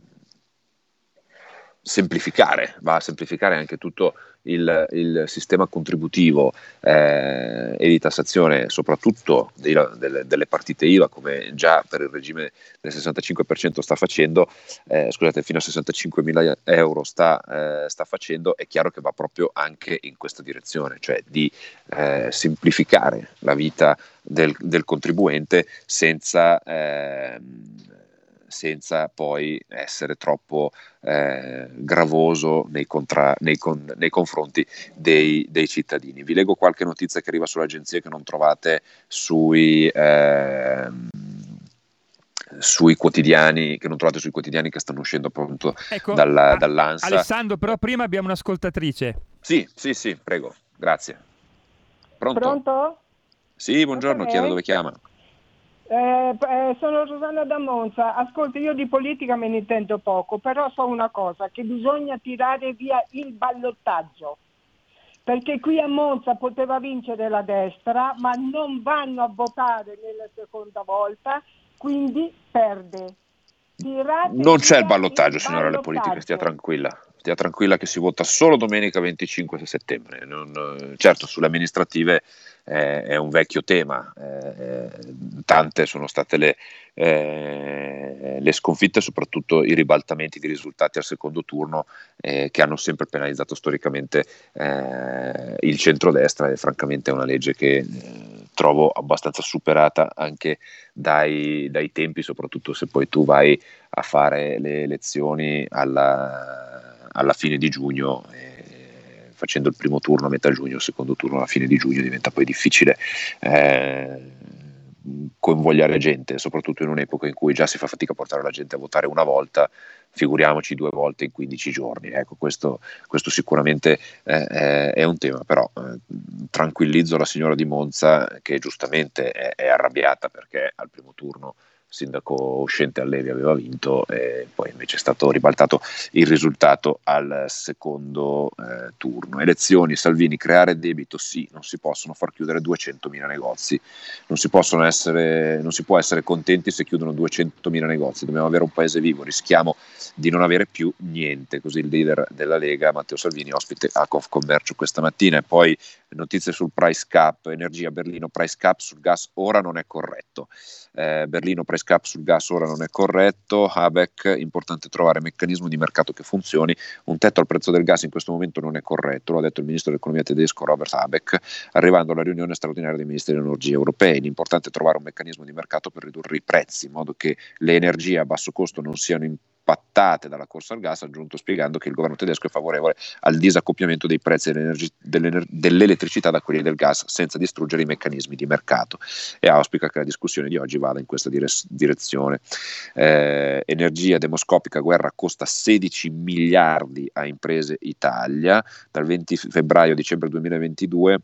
semplificare, va a semplificare anche tutto il, il sistema contributivo eh, e di tassazione, soprattutto dei, delle, delle partite I V A, come già per il regime del sessantacinque per cento sta facendo, eh, scusate, fino a sessantacinquemila euro sta, eh, sta facendo, è chiaro che va proprio anche in questa direzione, cioè di eh, semplificare la vita del, del contribuente senza eh, senza poi essere troppo eh, gravoso nei, contra- nei, con- nei confronti dei-, dei cittadini. Vi leggo qualche notizia che arriva sull'agenzia che non trovate sui, eh, sui quotidiani, che non trovate sui quotidiani che stanno uscendo appunto ecco, dalla, a- dall'ANSA. Alessandro, però prima abbiamo un'ascoltatrice. Sì, sì, sì, prego, grazie. Pronto? Pronto? Sì, buongiorno, chi è da dove chiama? Eh, eh, sono Rosanna da Monza. Ascolta, io di politica me ne intendo poco, però so una cosa, che bisogna tirare via il ballottaggio, perché qui a Monza poteva vincere la destra, ma non vanno a votare nella seconda volta, quindi perde. Tirate Non c'è via il ballottaggio, il signora alle politiche, ballottaggio. stia tranquilla. Stia tranquilla che si vota solo domenica venticinque settembre. Non, certo, sulle amministrative eh, è un vecchio tema, eh, tante sono state le, eh, le sconfitte, soprattutto i ribaltamenti di risultati al secondo turno eh, che hanno sempre penalizzato storicamente eh, il centrodestra, e francamente è una legge che eh, trovo abbastanza superata anche dai, dai tempi, soprattutto se poi tu vai a fare le elezioni alla, alla fine di giugno, eh, facendo il primo turno a metà giugno, il secondo turno alla fine di giugno, diventa poi difficile eh, convogliare gente, soprattutto in un'epoca in cui già si fa fatica a portare la gente a votare una volta, figuriamoci due volte in quindici giorni. Ecco, questo, questo sicuramente eh, è un tema, però eh, tranquillizzo la signora di Monza, che giustamente è, è arrabbiata perché al primo turno il sindaco uscente Allevi aveva vinto e poi invece è stato ribaltato il risultato al secondo eh, turno. Elezioni, Salvini, creare debito, sì, non si possono far chiudere duecentomila negozi, non si possono essere, non si può essere contenti se chiudono duecentomila negozi, dobbiamo avere un paese vivo, rischiamo di non avere più niente. Così il leader della Lega Matteo Salvini, ospite a Confcommercio questa mattina. E poi notizie sul price cap, energia, Berlino, price cap sul gas ora non è corretto. Eh, Berlino, price cap sul gas ora non è corretto. Habeck, importante trovare meccanismo di mercato che funzioni, un tetto al prezzo del gas in questo momento non è corretto, lo ha detto il ministro dell'economia tedesco Robert Habeck arrivando alla riunione straordinaria dei ministri dell'energia europei. L'importante è trovare un meccanismo di mercato per ridurre i prezzi in modo che le energie a basso costo non siano impattate dalla corsa al gas, aggiunto spiegando che il governo tedesco è favorevole al disaccoppiamento dei prezzi dell'elettricità da quelli del gas senza distruggere i meccanismi di mercato, e auspica che la discussione di oggi vada in questa dire- direzione. Eh, energia, demoscopica, guerra costa sedici miliardi a imprese Italia dal venti febbraio a dicembre duemilaventidue.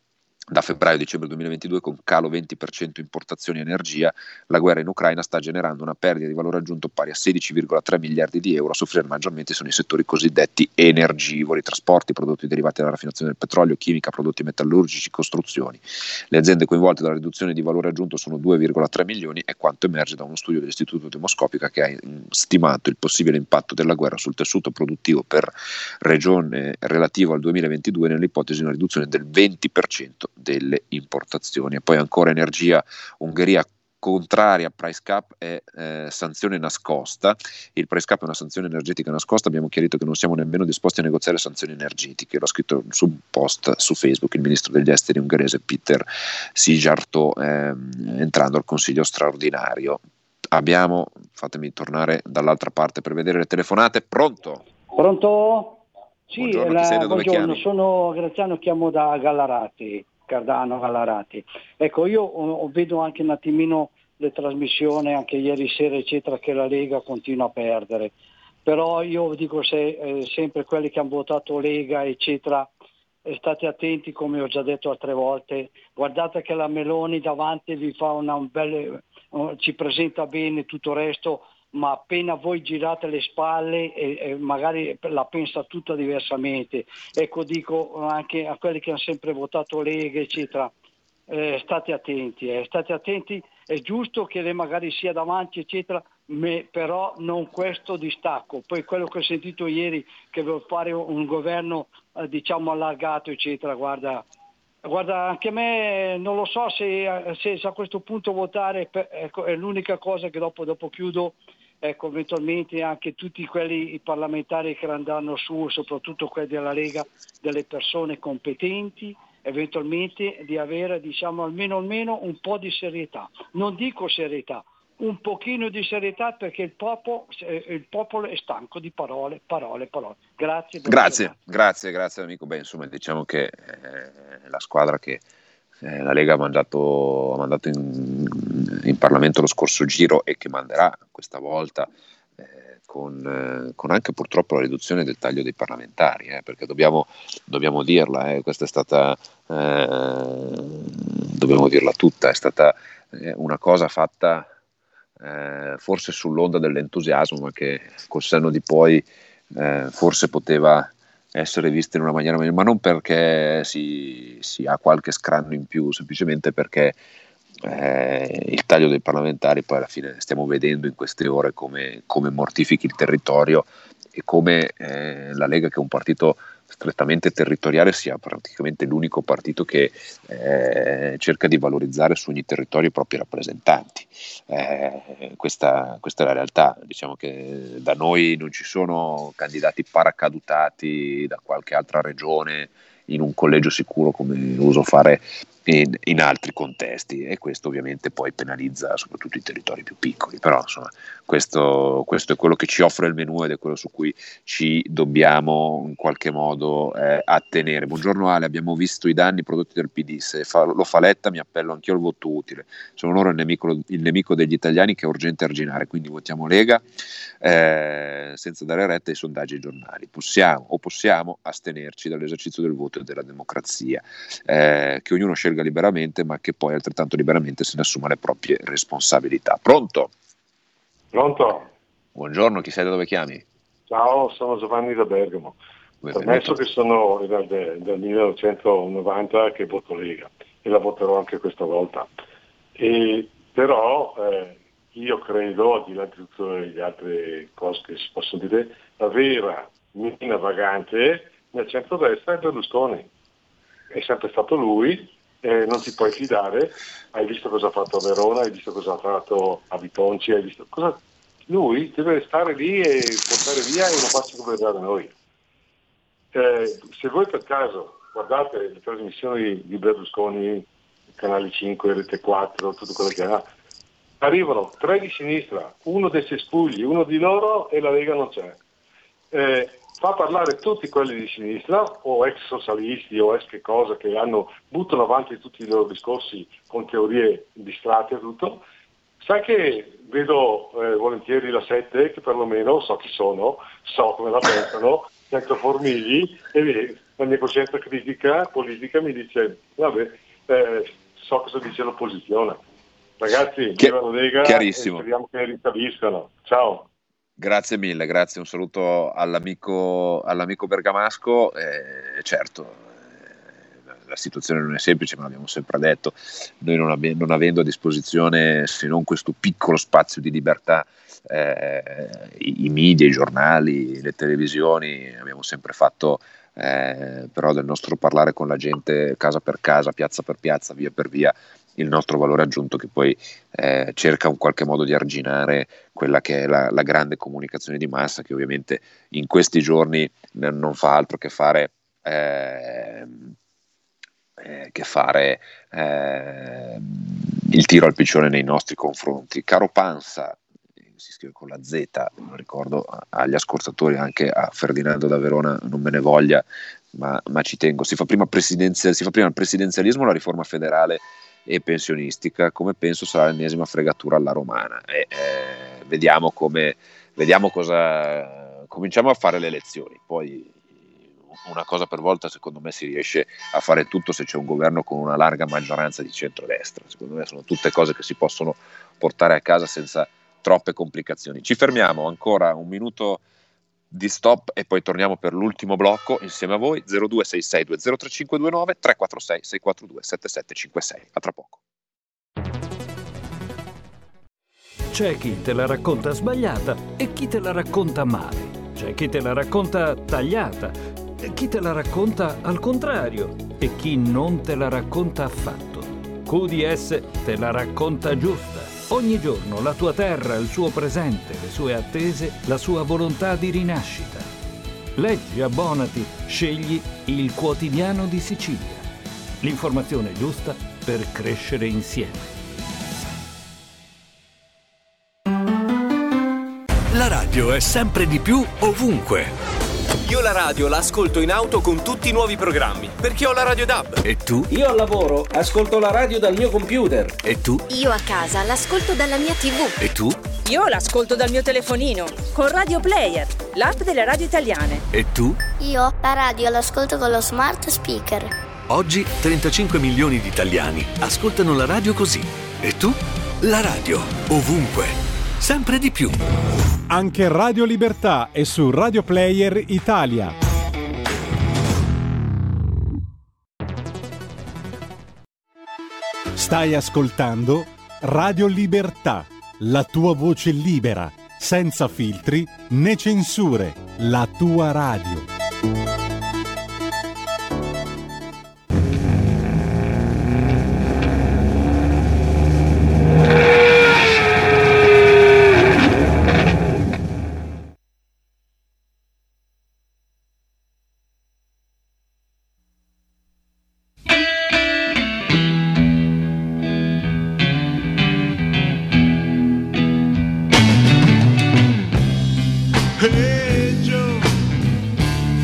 Da febbraio a dicembre duemilaventidue, con calo venti per cento importazioni energia, la guerra in Ucraina sta generando una perdita di valore aggiunto pari a sedici virgola tre miliardi di euro. A soffrire maggiormente sono i settori cosiddetti energivori, trasporti, prodotti derivati dalla raffinazione del petrolio, chimica, prodotti metallurgici, costruzioni. Le aziende coinvolte dalla riduzione di valore aggiunto sono due virgola tre milioni, è quanto emerge da uno studio dell'Istituto Demoscopica che ha stimato il possibile impatto della guerra sul tessuto produttivo per regione relativo al duemilaventidue nell'ipotesi di una riduzione del venti per cento delle importazioni. E poi ancora energia, Ungheria contraria a price cap e eh, sanzione nascosta. Il price cap è una sanzione energetica nascosta, abbiamo chiarito che non siamo nemmeno disposti a negoziare sanzioni energetiche, l'ha scritto su un post su Facebook il ministro degli esteri ungherese Peter Szijjártó ehm, entrando al consiglio straordinario. abbiamo, fatemi tornare dall'altra parte per vedere le telefonate. Pronto? Pronto? Sì, Buongiorno, la, chi sei, da dove buongiorno, chiami? sono Graziano, chiamo da Gallarate, Cardano Gallarate. Ecco, io ho, vedo anche un attimino le trasmissioni, anche ieri sera eccetera, che la Lega continua a perdere, però io dico se, eh, sempre quelli che hanno votato Lega eccetera, eh, state attenti, come ho già detto altre volte, guardate che la Meloni davanti vi fa una un bel, uh, ci presenta bene tutto il resto, ma appena voi girate le spalle e, e magari la pensa tutta diversamente. Ecco, dico anche a quelli che hanno sempre votato Lega eccetera, eh, state attenti, eh, state attenti, è giusto che lei magari sia davanti eccetera, me, però non questo distacco. Poi quello che ho sentito ieri, che vuol fare un governo eh, diciamo allargato eccetera, guarda Guarda, anche a me non lo so se, se a questo punto votare, per, ecco, è l'unica cosa che dopo, dopo chiudo, ecco, eventualmente anche tutti quelli i parlamentari che andranno su, soprattutto quelli della Lega, delle persone competenti, eventualmente di avere, diciamo, almeno almeno un po' di serietà. Non dico serietà, un pochino di serietà, perché il popolo, il popolo è stanco di parole, parole, parole. Grazie. Grazie, grazie, grazie amico. Beh, insomma, diciamo che eh, la squadra che eh, la Lega ha mandato, ha mandato in, in Parlamento lo scorso giro e che manderà questa volta eh, con, eh, con anche purtroppo la riduzione del taglio dei parlamentari, eh, perché dobbiamo, dobbiamo dirla, eh, questa è stata, eh, dobbiamo dirla tutta, è stata eh, una cosa fatta Eh, forse sull'onda dell'entusiasmo, ma che col senno di poi eh, forse poteva essere vista in una maniera meglio, ma non perché si, si ha qualche scranno in più, semplicemente perché eh, il taglio dei parlamentari poi alla fine stiamo vedendo in queste ore come, come mortifichi il territorio e come eh, la Lega, che è un partito strettamente territoriale, sia praticamente l'unico partito che eh, cerca di valorizzare su ogni territorio i propri rappresentanti. Eh, questa, questa è la realtà. Diciamo che da noi non ci sono candidati paracadutati da qualche altra regione in un collegio sicuro come uso fare in, in altri contesti, e questo ovviamente poi penalizza soprattutto i territori più piccoli, però insomma questo, questo è quello che ci offre il menù ed è quello su cui ci dobbiamo in qualche modo eh, attenere. Buongiorno Ale, abbiamo visto i danni prodotti dal P D, se fa, lo fa Letta mi appello anch'io al voto utile, sono loro il nemico, il nemico degli italiani che è urgente arginare, quindi votiamo Lega eh, senza dare retta ai sondaggi e ai giornali, possiamo o possiamo astenerci dall'esercizio del voto e della democrazia, eh, che ognuno scelga liberamente, ma che poi altrettanto liberamente se ne assuma le proprie responsabilità. Pronto? Pronto? Buongiorno, chi sei, da dove chiami? Ciao, sono Giovanni da Bergamo. Permesso che sono dal, dal millenovecentonovanta che voto Lega e la voterò anche questa volta. E, però eh, io credo, al di là di tutte le altre cose che si possono dire, la vera mina vagante nel centrodestra è Berlusconi. È sempre stato lui, eh, non ti puoi fidare, hai visto cosa ha fatto a Verona, hai visto cosa ha fatto a Bitonci, hai visto cosa... Lui deve stare lì e portare via e non farci governare noi. Eh, se voi per caso guardate le trasmissioni di Berlusconi, Canale cinque, Rete quattro, tutto quello che ha, arrivano tre di sinistra, uno dei cespugli, uno di loro e la Lega non c'è. Eh, fa parlare tutti quelli di sinistra o ex socialisti o ex che cosa che hanno, buttano avanti tutti i loro discorsi con teorie distratte e tutto. Sai che vedo eh, volentieri la sette, che perlomeno so chi sono, so come la pensano, senza formigli, e la mia coscienza critica politica mi dice vabbè, eh, so cosa dice l'opposizione. Ragazzi, Chi- viva la Lega, chiarissimo. e speriamo che ristabiliscano. Ciao. Grazie mille, grazie, un saluto all'amico, all'amico bergamasco. Eh, certo, eh, la situazione non è semplice, ma l'abbiamo sempre detto, noi non, abbi- non avendo a disposizione se non questo piccolo spazio di libertà, eh, i, i media, i giornali, le televisioni, abbiamo sempre fatto eh, però del nostro parlare con la gente casa per casa, piazza per piazza, via per via, il nostro valore aggiunto, che poi eh, cerca in qualche modo di arginare quella che è la, la grande comunicazione di massa, che ovviamente in questi giorni non fa altro che fare eh, eh, che fare eh, il tiro al piccione nei nostri confronti. Caro Pansa, si scrive con la Z, lo ricordo agli ascoltatori, anche a Ferdinando da Verona, non me ne voglia, ma, ma ci tengo. Si fa prima presidenzial, si fa prima il presidenzialismo, la riforma federale e pensionistica, come penso sarà l'ennesima fregatura alla romana. E, eh, vediamo come, vediamo cosa, cominciamo a fare le elezioni, poi una cosa per volta secondo me si riesce a fare tutto se c'è un governo con una larga maggioranza di centrodestra. Secondo me sono tutte cose che si possono portare a casa senza troppe complicazioni. Ci fermiamo ancora un minuto di stop e poi torniamo per l'ultimo blocco insieme a voi. Zero due sei sei due zero tre cinque due nove tre quattro sei sei quattro due sette sette cinque sei. A tra poco. C'è chi te la racconta sbagliata e chi te la racconta male. C'è chi te la racconta tagliata e chi te la racconta al contrario e chi non te la racconta affatto. Q D S te la racconta giusta. Ogni giorno la tua terra, il suo presente, le sue attese, la sua volontà di rinascita. Leggi, abbonati, scegli il Quotidiano di Sicilia. L'informazione giusta per crescere insieme. La radio è sempre di più ovunque. Io la radio la ascolto in auto con tutti i nuovi programmi, perché ho la Radio D A B. E tu? Io al lavoro ascolto la radio dal mio computer. E tu? Io a casa l'ascolto dalla mia tivù. E tu? Io l'ascolto dal mio telefonino, con Radio Player, l'app delle radio italiane. E tu? Io la radio l'ascolto con lo smart speaker. Oggi trentacinque milioni di italiani ascoltano la radio così. E tu? La radio, ovunque, sempre di più. Anche Radio Libertà è su Radio Player Italia. Stai ascoltando Radio Libertà, la tua voce libera, senza filtri né censure, la tua radio. Hey Joe,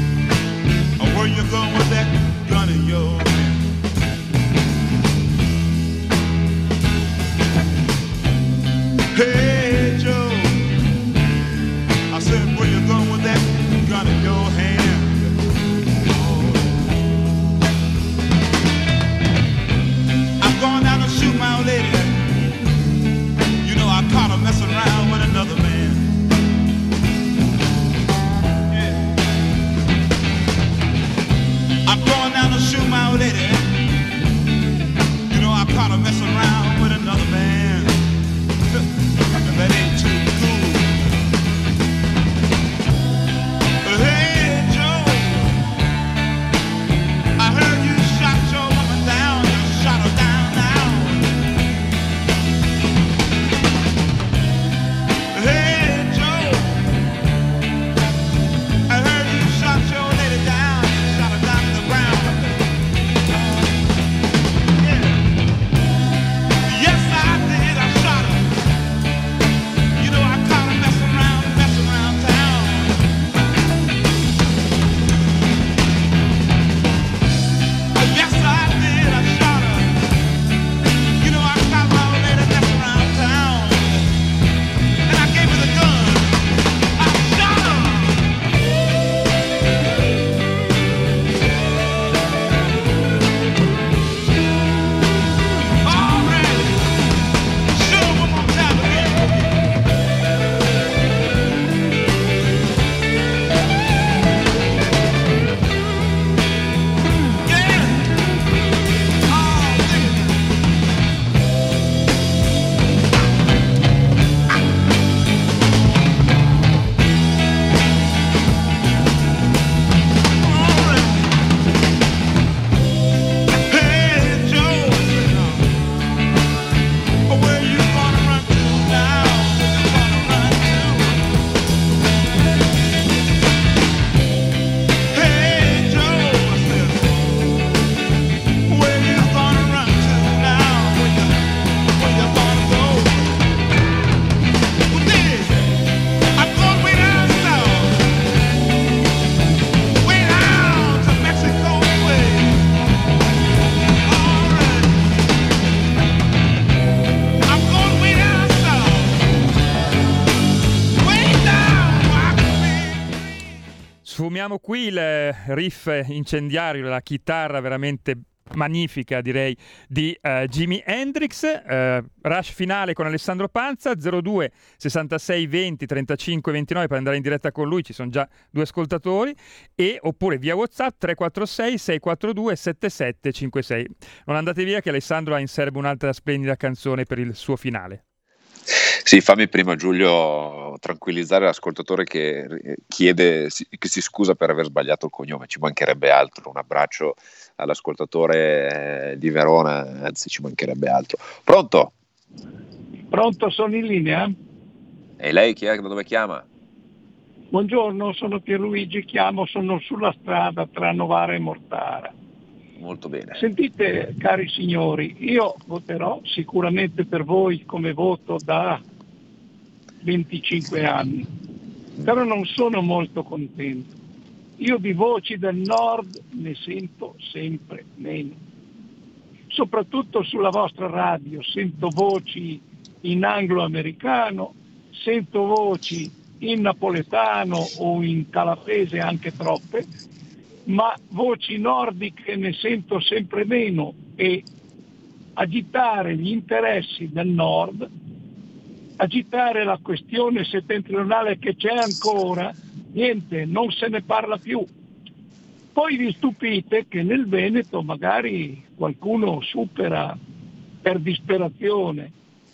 fermiamo qui il riff incendiario, la chitarra veramente magnifica, direi, di uh, Jimi Hendrix. uh, Rush finale con Alessandro Panza. Zero due sessantasei venti trentacinque ventinove per andare in diretta con lui, ci sono già due ascoltatori, e oppure via WhatsApp tre quattro sei sei quattro due sette sette cinque sei. Non andate via che Alessandro ha in serbo un'altra splendida canzone per il suo finale. Sì, fammi prima, Giulio, tranquillizzare l'ascoltatore che chiede, che si scusa per aver sbagliato il cognome, ci mancherebbe altro. Un abbraccio all'ascoltatore di Verona, anzi ci mancherebbe altro. Pronto? Pronto, sono in linea? E lei chi è? Da dove chiama? Buongiorno, sono Pierluigi, chiamo, sono sulla strada tra Novara e Mortara. Molto bene. Sentite, cari signori, io voterò sicuramente per voi come voto da venticinque anni, però non sono molto contento. Io di voci del nord ne sento sempre meno, soprattutto sulla vostra radio sento voci in anglo-americano, sento voci in napoletano o in calabrese, anche troppe, ma voci nordiche ne sento sempre meno, e agitare gli interessi del nord, agitare la questione settentrionale che c'è ancora, niente, non se ne parla più. Poi vi stupite che nel Veneto magari qualcuno supera per disperazione.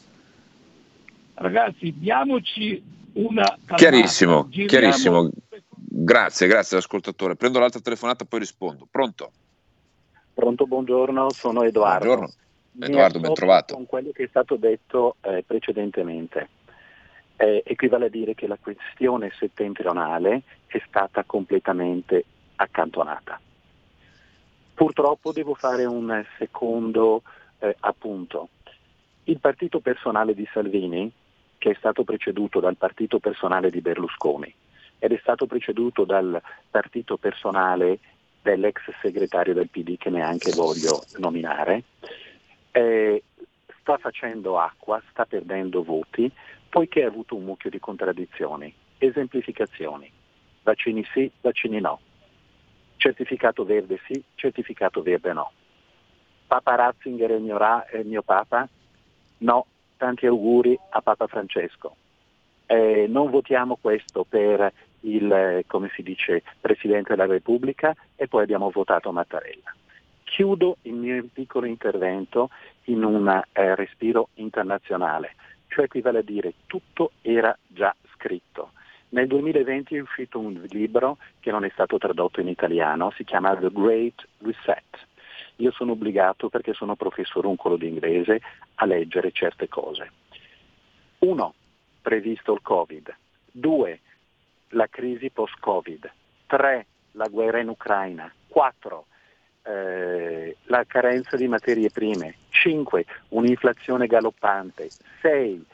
Ragazzi, diamoci una calmata. Chiarissimo, Giriamo... chiarissimo. Grazie, grazie all'ascoltatore. Prendo l'altra telefonata, poi rispondo. Pronto? Pronto, buongiorno, sono Edoardo. Buongiorno. Edoardo, ben trovato. Con quello che è stato detto eh, precedentemente. Eh, equivale a dire che la questione settentrionale è stata completamente accantonata. Purtroppo devo fare un secondo eh, appunto. Il partito personale di Salvini, che è stato preceduto dal partito personale di Berlusconi ed è stato preceduto dal partito personale dell'ex segretario del P D, che neanche voglio nominare, eh, sta facendo acqua, sta perdendo voti, poiché ha avuto un mucchio di contraddizioni. Esemplificazioni: vaccini sì, vaccini no, certificato verde sì, certificato verde no, Papa Ratzinger è il mio, ra- è il mio Papa, no, tanti auguri a Papa Francesco. Eh, non votiamo questo per il, eh, come si dice, Presidente della Repubblica, e poi abbiamo votato Mattarella. Chiudo il mio piccolo intervento in un eh, respiro internazionale, cioè equivale a dire tutto era già scritto. Nel duemilaventi è uscito un libro che non è stato tradotto in italiano, si chiama The Great Reset. Io sono obbligato, perché sono professore uncolo di inglese, a leggere certe cose. Uno, previsto il Covid. Due, la crisi post-Covid. Tre, la guerra in Ucraina. Quattro, eh, la carenza di materie prime. Cinque, un'inflazione galoppante. Sei,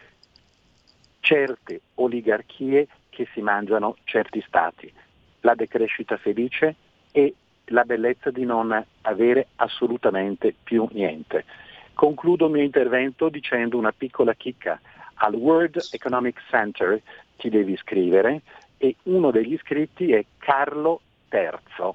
certe oligarchie che si mangiano certi stati. La decrescita felice e la bellezza di non avere assolutamente più niente. Concludo il mio intervento dicendo una piccola chicca. Al World Economic Center ti devi iscrivere, e uno degli iscritti è Carlo Terzo.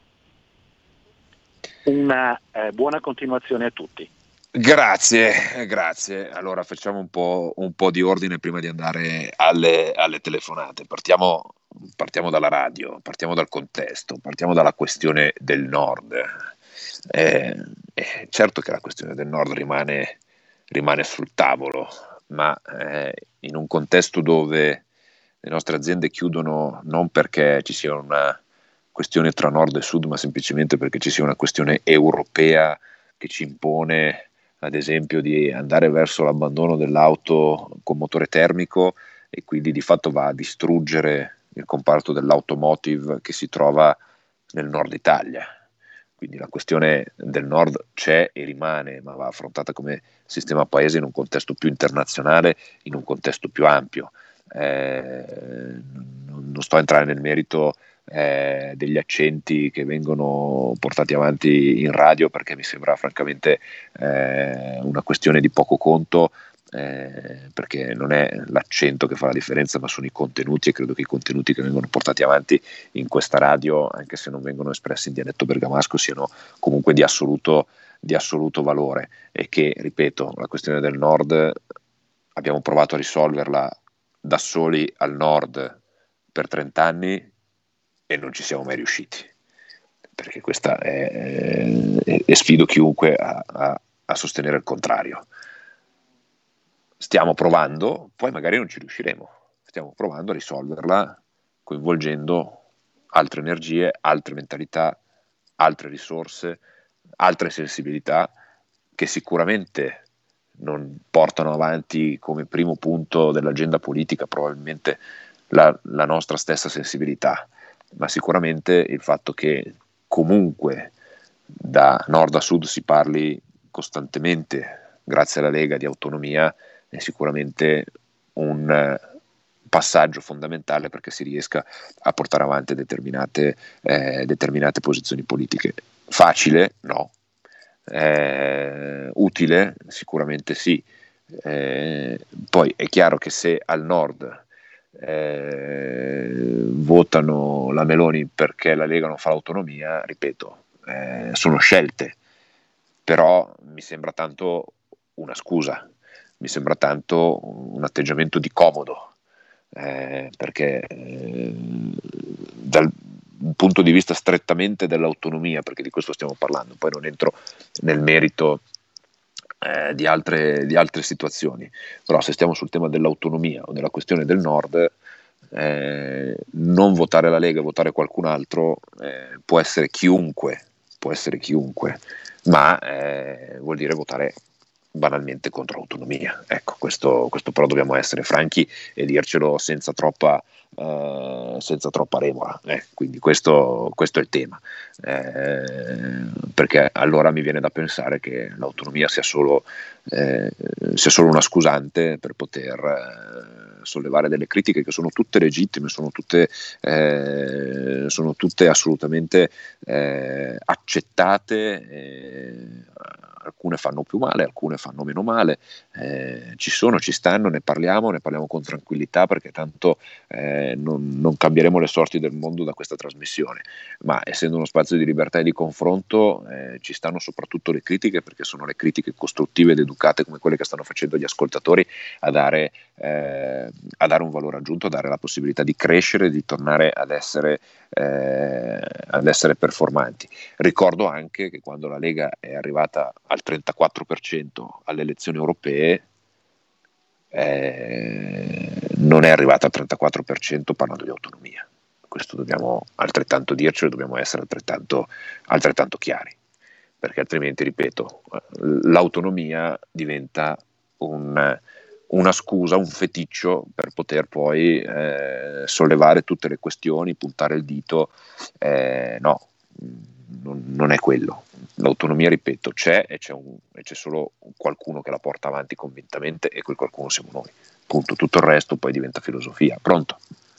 Una eh, buona continuazione a tutti. Grazie, grazie. Allora facciamo un po', un po' di ordine prima di andare alle, alle telefonate. Partiamo, partiamo dalla radio, partiamo dal contesto, partiamo dalla questione del Nord. Eh, eh, certo che la questione del Nord rimane, rimane sul tavolo, ma eh, in un contesto dove le nostre aziende chiudono non perché ci sia una questione tra Nord e Sud, ma semplicemente perché ci sia una questione europea che ci impone, ad esempio, di andare verso l'abbandono dell'auto con motore termico, e quindi di fatto va a distruggere il comparto dell'automotive che si trova nel Nord Italia. Quindi la questione del Nord c'è e rimane, ma va affrontata come sistema paese in un contesto più internazionale, in un contesto più ampio. Eh, non sto a entrare nel merito eh, degli accenti che vengono portati avanti in radio, perché mi sembra francamente eh, una questione di poco conto, eh, perché non è l'accento che fa la differenza, ma sono i contenuti, e credo che i contenuti che vengono portati avanti in questa radio, anche se non vengono espressi in dialetto bergamasco, siano comunque di assoluto, di assoluto valore, e che, ripeto, la questione del nord abbiamo provato a risolverla da soli al nord per trenta anni e non ci siamo mai riusciti, perché questa è, è, e sfido chiunque a, a, a sostenere il contrario. Stiamo provando, poi magari non ci riusciremo, stiamo provando a risolverla coinvolgendo altre energie, altre mentalità, altre risorse, altre sensibilità che sicuramente non portano avanti come primo punto dell'agenda politica probabilmente la, la nostra stessa sensibilità, ma sicuramente il fatto che comunque da nord a sud si parli costantemente, grazie alla Lega, di autonomia, è sicuramente un passaggio fondamentale perché si riesca a portare avanti determinate, eh, determinate posizioni politiche. Facile? No. Eh, utile? Sicuramente sì. Eh, poi è chiaro che se al nord eh, votano la Meloni perché la Lega non fa l'autonomia, ripeto, eh, sono scelte, però mi sembra tanto una scusa, mi sembra tanto un atteggiamento di comodo, eh, perché eh, dal punto di vista strettamente dell'autonomia, perché di questo stiamo parlando, poi non entro nel merito eh, di, altre, di altre situazioni, però se stiamo sul tema dell'autonomia o della questione del nord, eh, non votare la Lega e votare qualcun altro eh, può essere chiunque, può essere chiunque, ma eh, vuol dire votare banalmente contro l'autonomia. Ecco, questo, questo però dobbiamo essere franchi e dircelo senza troppa eh, senza troppa remora, eh. Quindi questo, questo è il tema, eh, perché allora mi viene da pensare che l'autonomia sia solo, eh, sia solo una scusante per poter eh, sollevare delle critiche che sono tutte legittime, sono tutte, eh, sono tutte assolutamente eh, accettate, eh, alcune fanno più male, alcune fanno meno male, eh, ci sono, ci stanno, ne parliamo, ne parliamo con tranquillità, perché tanto eh, non, non cambieremo le sorti del mondo da questa trasmissione, ma essendo uno spazio di libertà e di confronto eh, ci stanno soprattutto le critiche, perché sono le critiche costruttive ed educate come quelle che stanno facendo gli ascoltatori a dare, eh, a dare un valore aggiunto, a dare la possibilità di crescere, di tornare ad essere, eh, ad essere performanti. Ricordo anche che quando la Lega è arrivata al trentaquattro per cento alle elezioni europee, eh, non è arrivata al trentaquattro per cento parlando di autonomia. Questo dobbiamo altrettanto dircelo, dobbiamo essere altrettanto, altrettanto chiari, perché altrimenti, ripeto, l'autonomia diventa un, una scusa, un feticcio per poter poi eh, sollevare tutte le questioni, puntare il dito. Eh, no, non, non è quello. L'autonomia, ripeto, c'è e c'è, un, e c'è solo qualcuno che la porta avanti convintamente, e quel qualcuno siamo noi. Punto. Tutto il resto poi diventa filosofia. Pronto?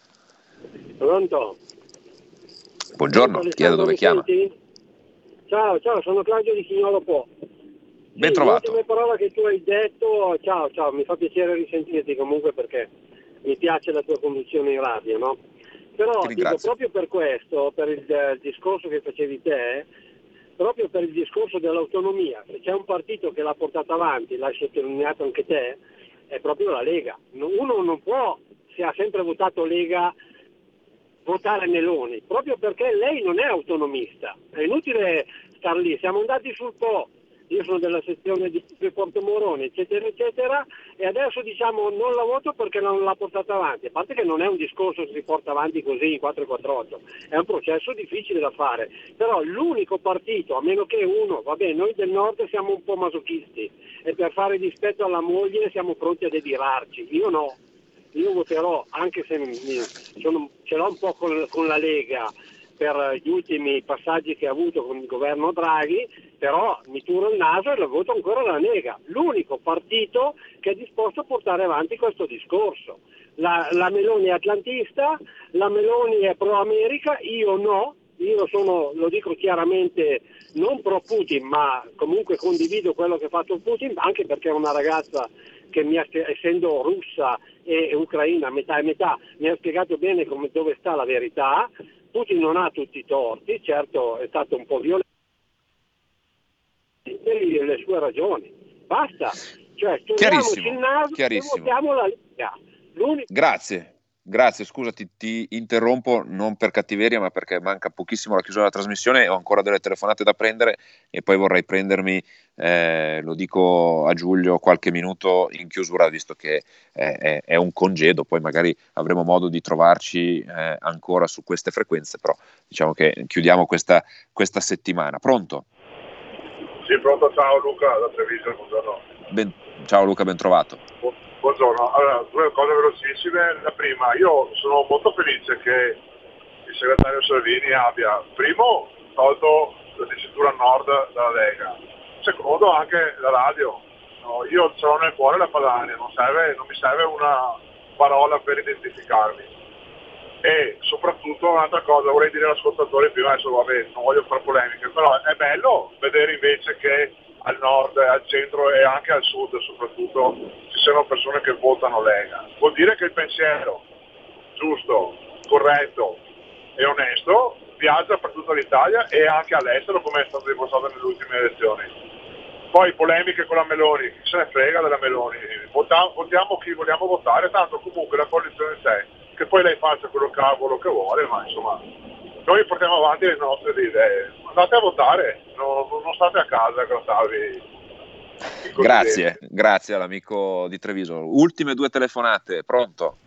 Pronto? Buongiorno, chi è, da dove chiama? Ciao, ciao, sono Claudio di Chignolo Po. Ben sì, trovato. L'ultima parola che tu hai detto, ciao, ciao, mi fa piacere risentirti comunque, perché mi piace la tua conduzione in radio, no? Però dico, proprio per questo, per il, il discorso che facevi te, proprio per il discorso dell'autonomia, se c'è un partito che l'ha portato avanti, l'hai sottolineato anche te, è proprio la Lega. Uno non può, se ha sempre votato Lega, votare Meloni, proprio perché lei non è autonomista. È inutile star lì, siamo andati sul Po, io sono della sezione di Porto Moroni, eccetera, eccetera, e adesso diciamo non la voto perché non l'ha portata avanti, a parte che non è un discorso che si porta avanti così in quattro quattro otto, è un processo difficile da fare, però l'unico partito, a meno che uno, vabbè, noi del nord siamo un po' masochisti e per fare dispetto alla moglie siamo pronti a delirarci, io no, io voterò, anche se mi, sono, ce l'ho un po' con, con la Lega, per gli ultimi passaggi che ha avuto con il governo Draghi, però mi turo il naso e lo voto ancora la Lega, l'unico partito che è disposto a portare avanti questo discorso. La, la Meloni è atlantista, la Meloni è pro America, io no, io sono, lo dico chiaramente, non pro Putin, ma comunque condivido quello che ha fatto Putin, anche perché è una ragazza che mi ha, essendo russa e ucraina metà e metà, mi ha spiegato bene come, dove sta la verità. Putin non ha tutti i torti, certo è stato un po' violento per le sue ragioni. Basta, cioè togliamoci il naso e votiamo la Lega. L'unico... Grazie. Grazie, scusa, ti, ti interrompo non per cattiveria ma perché manca pochissimo la chiusura della trasmissione, ho ancora delle telefonate da prendere e poi vorrei prendermi, eh, lo dico a Giulio, qualche minuto in chiusura visto che è, è, è un congedo, poi magari avremo modo di trovarci eh, ancora su queste frequenze, però diciamo che chiudiamo questa, questa settimana. Pronto? Sì, pronto, ciao Luca da Treviso, buongiorno. Ben, ciao Luca, ben trovato. Buongiorno, allora due cose velocissime. La prima, io sono molto felice che il segretario Salvini abbia, primo, tolto la dicitura nord dalla Lega, secondo anche la radio. No, io ce l'ho nel cuore la Padania, non, serve, non mi serve una parola per identificarmi. E soprattutto un'altra cosa, vorrei dire all'ascoltatore prima, adesso vabbè, non voglio fare polemiche, però è bello vedere invece che al nord, al centro e anche al sud soprattutto ci siano persone che votano Lega. Vuol dire che il pensiero giusto, corretto e onesto viaggia per tutta l'Italia e anche all'estero, come è stato dimostrato nelle ultime elezioni. Poi polemiche con la Meloni, chi se ne frega della Meloni, votiamo, votiamo chi vogliamo votare, tanto comunque la coalizione c'è, che poi lei faccia quello cavolo che vuole, ma insomma noi portiamo avanti le nostre idee. Andate a votare, no, non state a casa a grattarvi. Grazie, grazie all'amico di Treviso. Ultime due telefonate, pronto?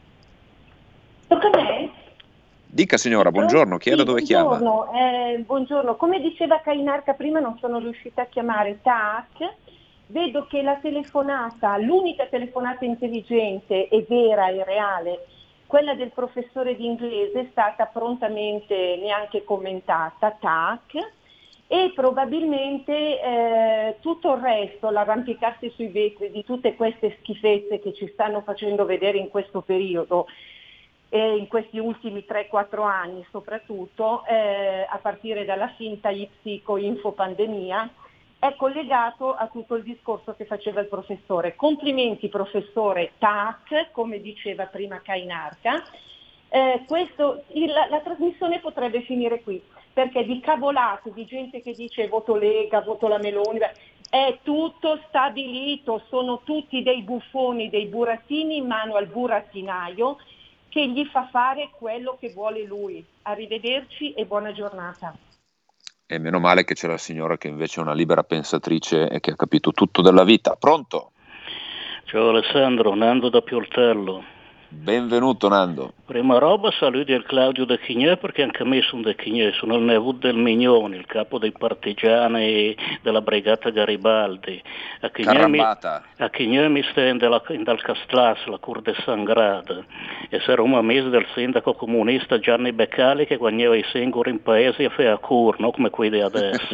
Tocca a me? Dica signora, buongiorno, chi è da dove chiama? Buongiorno, eh, buongiorno, come diceva Cainarca prima non sono riuscita a chiamare, tac, vedo che la telefonata, l'unica telefonata intelligente e vera e reale, quella del professore di inglese, è stata prontamente neanche commentata, tac, e probabilmente eh, tutto il resto, l'arrampicarsi sui vetri di tutte queste schifezze che ci stanno facendo vedere in questo periodo e in questi ultimi tre quattro anni soprattutto, eh, a partire dalla finta psico-infopandemia, è collegato a tutto il discorso che faceva il professore. Complimenti professore, tac, come diceva prima Cainarca. Eh, questo, il, la, la trasmissione potrebbe finire qui, perché di cavolate, di gente che dice voto Lega, voto la Meloni, è tutto stabilito, sono tutti dei buffoni, dei burattini in mano al burattinaio che gli fa fare quello che vuole lui. Arrivederci e buona giornata. E meno male che c'è la signora che invece è una libera pensatrice e che ha capito tutto della vita. Pronto? Ciao Alessandro, Nando da Pioltello. Benvenuto Nando. Prima roba saluti al Claudio De Chignè, perché anche a me sono De Chignè, sono il nevud del Mignone, il capo dei partigiani della brigata Garibaldi. A Chignè mi, a Chignè mi stende la, dal Castras, la Cur de Sangrada, e se Roma mese del sindaco comunista Gianni Beccali che guadagnava i singoli in paese e feia cur, non come quelli di adesso.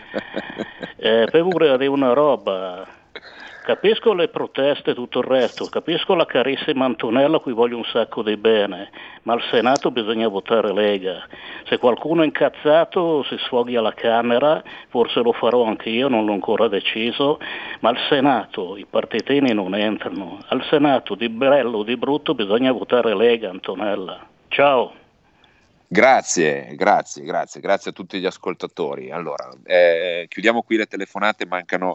eh, poi vorrei dire una roba. Capisco le proteste e tutto il resto, capisco la carissima Antonella a cui voglio un sacco di bene, ma al Senato bisogna votare Lega. Se qualcuno è incazzato si sfoghi alla Camera, forse lo farò anche io, non l'ho ancora deciso, ma al Senato i partitini non entrano. Al Senato di bello o di brutto bisogna votare Lega, Antonella. Ciao. Grazie, grazie, grazie, grazie a tutti gli ascoltatori. Allora, eh, chiudiamo qui le telefonate, mancano,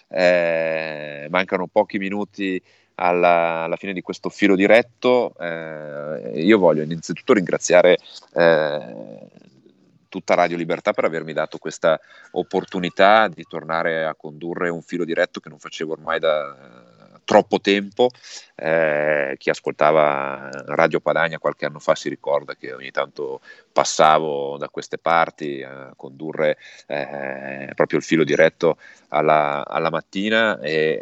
eh, mancano pochi minuti alla, alla fine di questo filo diretto. Eh, io voglio innanzitutto ringraziare eh, tutta Radio Libertà per avermi dato questa opportunità di tornare a condurre un filo diretto che non facevo ormai da troppo tempo. Eh, chi ascoltava Radio Padania qualche anno fa si ricorda che ogni tanto passavo da queste parti a condurre eh, proprio il filo diretto alla, alla mattina e,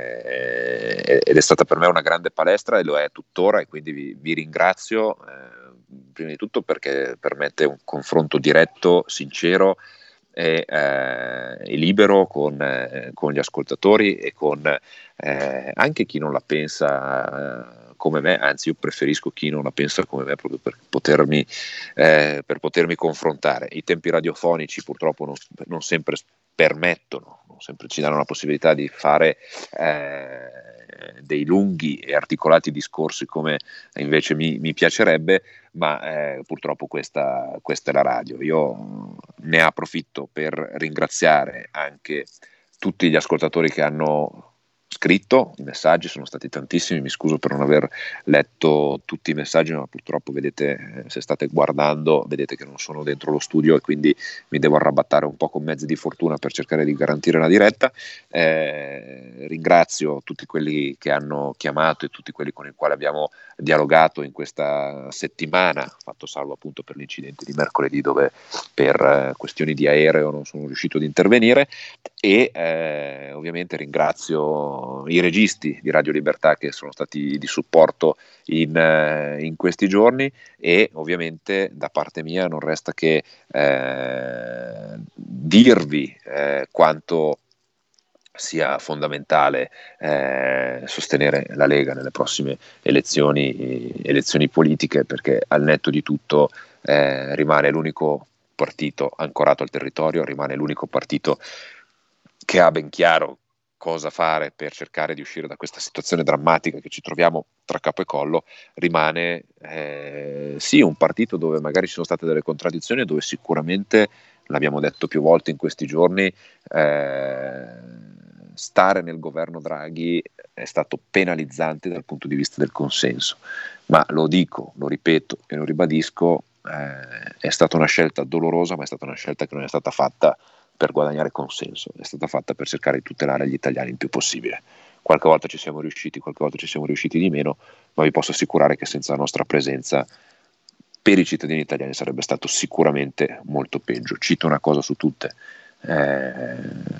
eh, ed è stata per me una grande palestra e lo è tuttora, e quindi vi, vi ringrazio eh, prima di tutto perché permette un confronto diretto, sincero e, eh, e libero con, eh, con gli ascoltatori e con eh, anche chi non la pensa eh, come me, anzi io preferisco chi non la pensa come me proprio per potermi, eh, per potermi confrontare. I tempi radiofonici purtroppo non, non sempre permettono, non sempre ci danno la possibilità di fare eh, eh, dei lunghi e articolati discorsi come invece mi, mi piacerebbe, ma eh, purtroppo questa, questa è la radio. Io ne approfitto per ringraziare anche tutti gli ascoltatori che hanno scritto, i messaggi sono stati tantissimi, mi scuso per non aver letto tutti i messaggi, ma purtroppo vedete, se state guardando vedete che non sono dentro lo studio e quindi mi devo arrabattare un po' con mezzi di fortuna per cercare di garantire la diretta. Eh, ringrazio tutti quelli che hanno chiamato e tutti quelli con i quali abbiamo dialogato in questa settimana, fatto salvo appunto per l'incidente di mercoledì dove per eh, questioni di aereo non sono riuscito ad intervenire, e eh, ovviamente ringrazio i registi di Radio Libertà che sono stati di supporto in, eh, in questi giorni, e ovviamente da parte mia non resta che eh, dirvi eh, quanto sia fondamentale eh, sostenere la Lega nelle prossime elezioni, elezioni politiche, perché al netto di tutto eh, rimane l'unico partito ancorato al territorio, rimane l'unico partito che ha ben chiaro cosa fare per cercare di uscire da questa situazione drammatica che ci troviamo tra capo e collo. Rimane eh, sì un partito dove magari ci sono state delle contraddizioni, dove sicuramente, l'abbiamo detto più volte in questi giorni, eh, stare nel governo Draghi è stato penalizzante dal punto di vista del consenso, ma lo dico, lo ripeto e lo ribadisco, eh, è stata una scelta dolorosa, ma è stata una scelta che non è stata fatta per guadagnare consenso, è stata fatta per cercare di tutelare gli italiani il più possibile. Qualche volta ci siamo riusciti, qualche volta ci siamo riusciti di meno, ma vi posso assicurare che senza la nostra presenza per i cittadini italiani sarebbe stato sicuramente molto peggio. Cito una cosa su tutte, eh,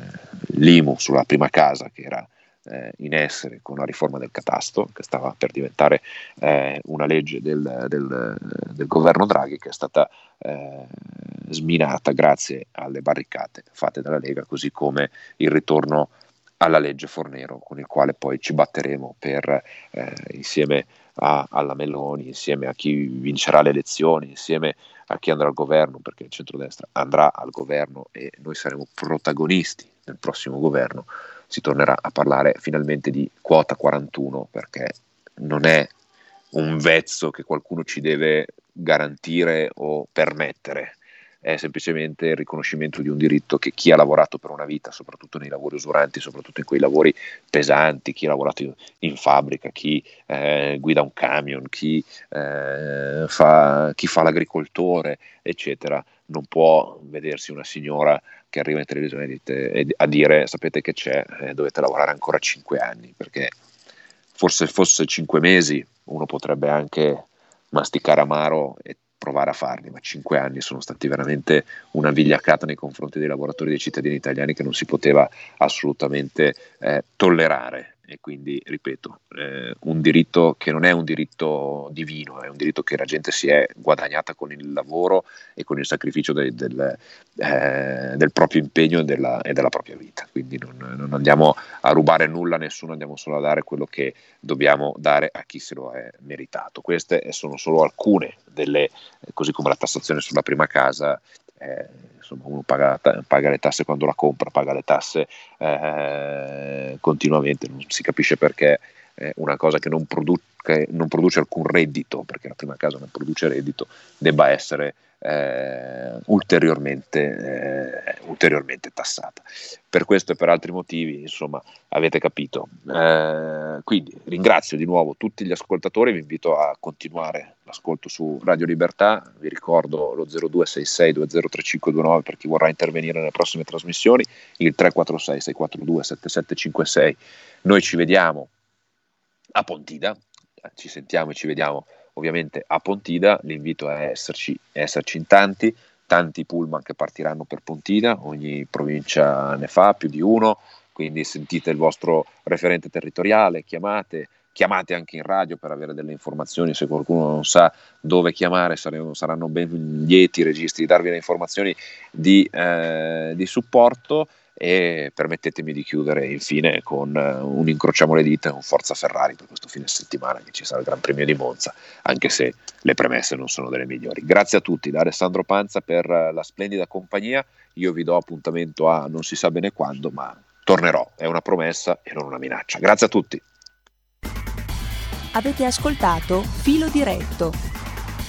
l'I M U sulla prima casa che era eh, in essere con la riforma del catasto, che stava per diventare eh, una legge del, del, del governo Draghi, che è stata eh, sminata grazie alle barricate fatte dalla Lega, così come il ritorno alla legge Fornero, con il quale poi ci batteremo per eh, insieme a, alla Meloni, insieme a chi vincerà le elezioni, insieme a chi andrà al governo, perché il centrodestra andrà al governo e noi saremo protagonisti del prossimo governo. Si tornerà a parlare finalmente di quota quarantuno, perché non è un vezzo che qualcuno ci deve garantire o permettere, è semplicemente il riconoscimento di un diritto che chi ha lavorato per una vita, soprattutto nei lavori usuranti, soprattutto in quei lavori pesanti, chi ha lavorato in fabbrica, chi eh, guida un camion, chi, eh, fa, chi fa l'agricoltore, eccetera, non può vedersi una signora che arriva in televisione a dire sapete che c'è, eh, dovete lavorare ancora cinque anni, perché forse fosse cinque mesi uno potrebbe anche masticare amaro e provare a farli, ma cinque anni sono stati veramente una vigliaccata nei confronti dei lavoratori, dei cittadini italiani, che non si poteva assolutamente eh, tollerare. E quindi, ripeto, eh, un diritto che non è un diritto divino, è un diritto che la gente si è guadagnata con il lavoro e con il sacrificio de, del, eh, del proprio impegno e della, e della propria vita. Quindi non, non andiamo a rubare nulla a nessuno, andiamo solo a dare quello che dobbiamo dare a chi se lo è meritato. Queste sono solo alcune delle, così come la tassazione sulla prima casa. Eh, insomma, uno paga, paga le tasse quando la compra, paga le tasse eh, continuamente, non si capisce perché eh, una cosa che non, produ- che non produce alcun reddito, perché la prima casa non produce reddito, debba essere eh, ulteriormente, eh, ulteriormente tassata. Per questo e per altri motivi, insomma, avete capito. Eh, quindi ringrazio di nuovo tutti gli ascoltatori, vi invito a continuare l'ascolto su Radio Libertà, vi ricordo lo zero due sei sei due zero tre cinque due nove per chi vorrà intervenire nelle prossime trasmissioni, il tre quattro sei sei quattro due sette sette cinque sei. Noi ci vediamo a Pontida, ci sentiamo e ci vediamo ovviamente a Pontida, l'invito è esserci, è esserci in tanti, tanti pullman che partiranno per Pontida, ogni provincia ne fa più di uno, quindi sentite il vostro referente territoriale, chiamate, chiamate anche in radio per avere delle informazioni, se qualcuno non sa dove chiamare saranno, saranno ben lieti i registi di darvi le informazioni di, eh, di supporto. E permettetemi di chiudere infine con un incrociamo le dita e un forza Ferrari per questo fine settimana che ci sarà il Gran Premio di Monza, anche se le premesse non sono delle migliori. Grazie a tutti da Alessandro Panza per la splendida compagnia, io vi do appuntamento a non si sa bene quando, ma tornerò, è una promessa e non una minaccia. Grazie a tutti. Avete ascoltato Filo Diretto.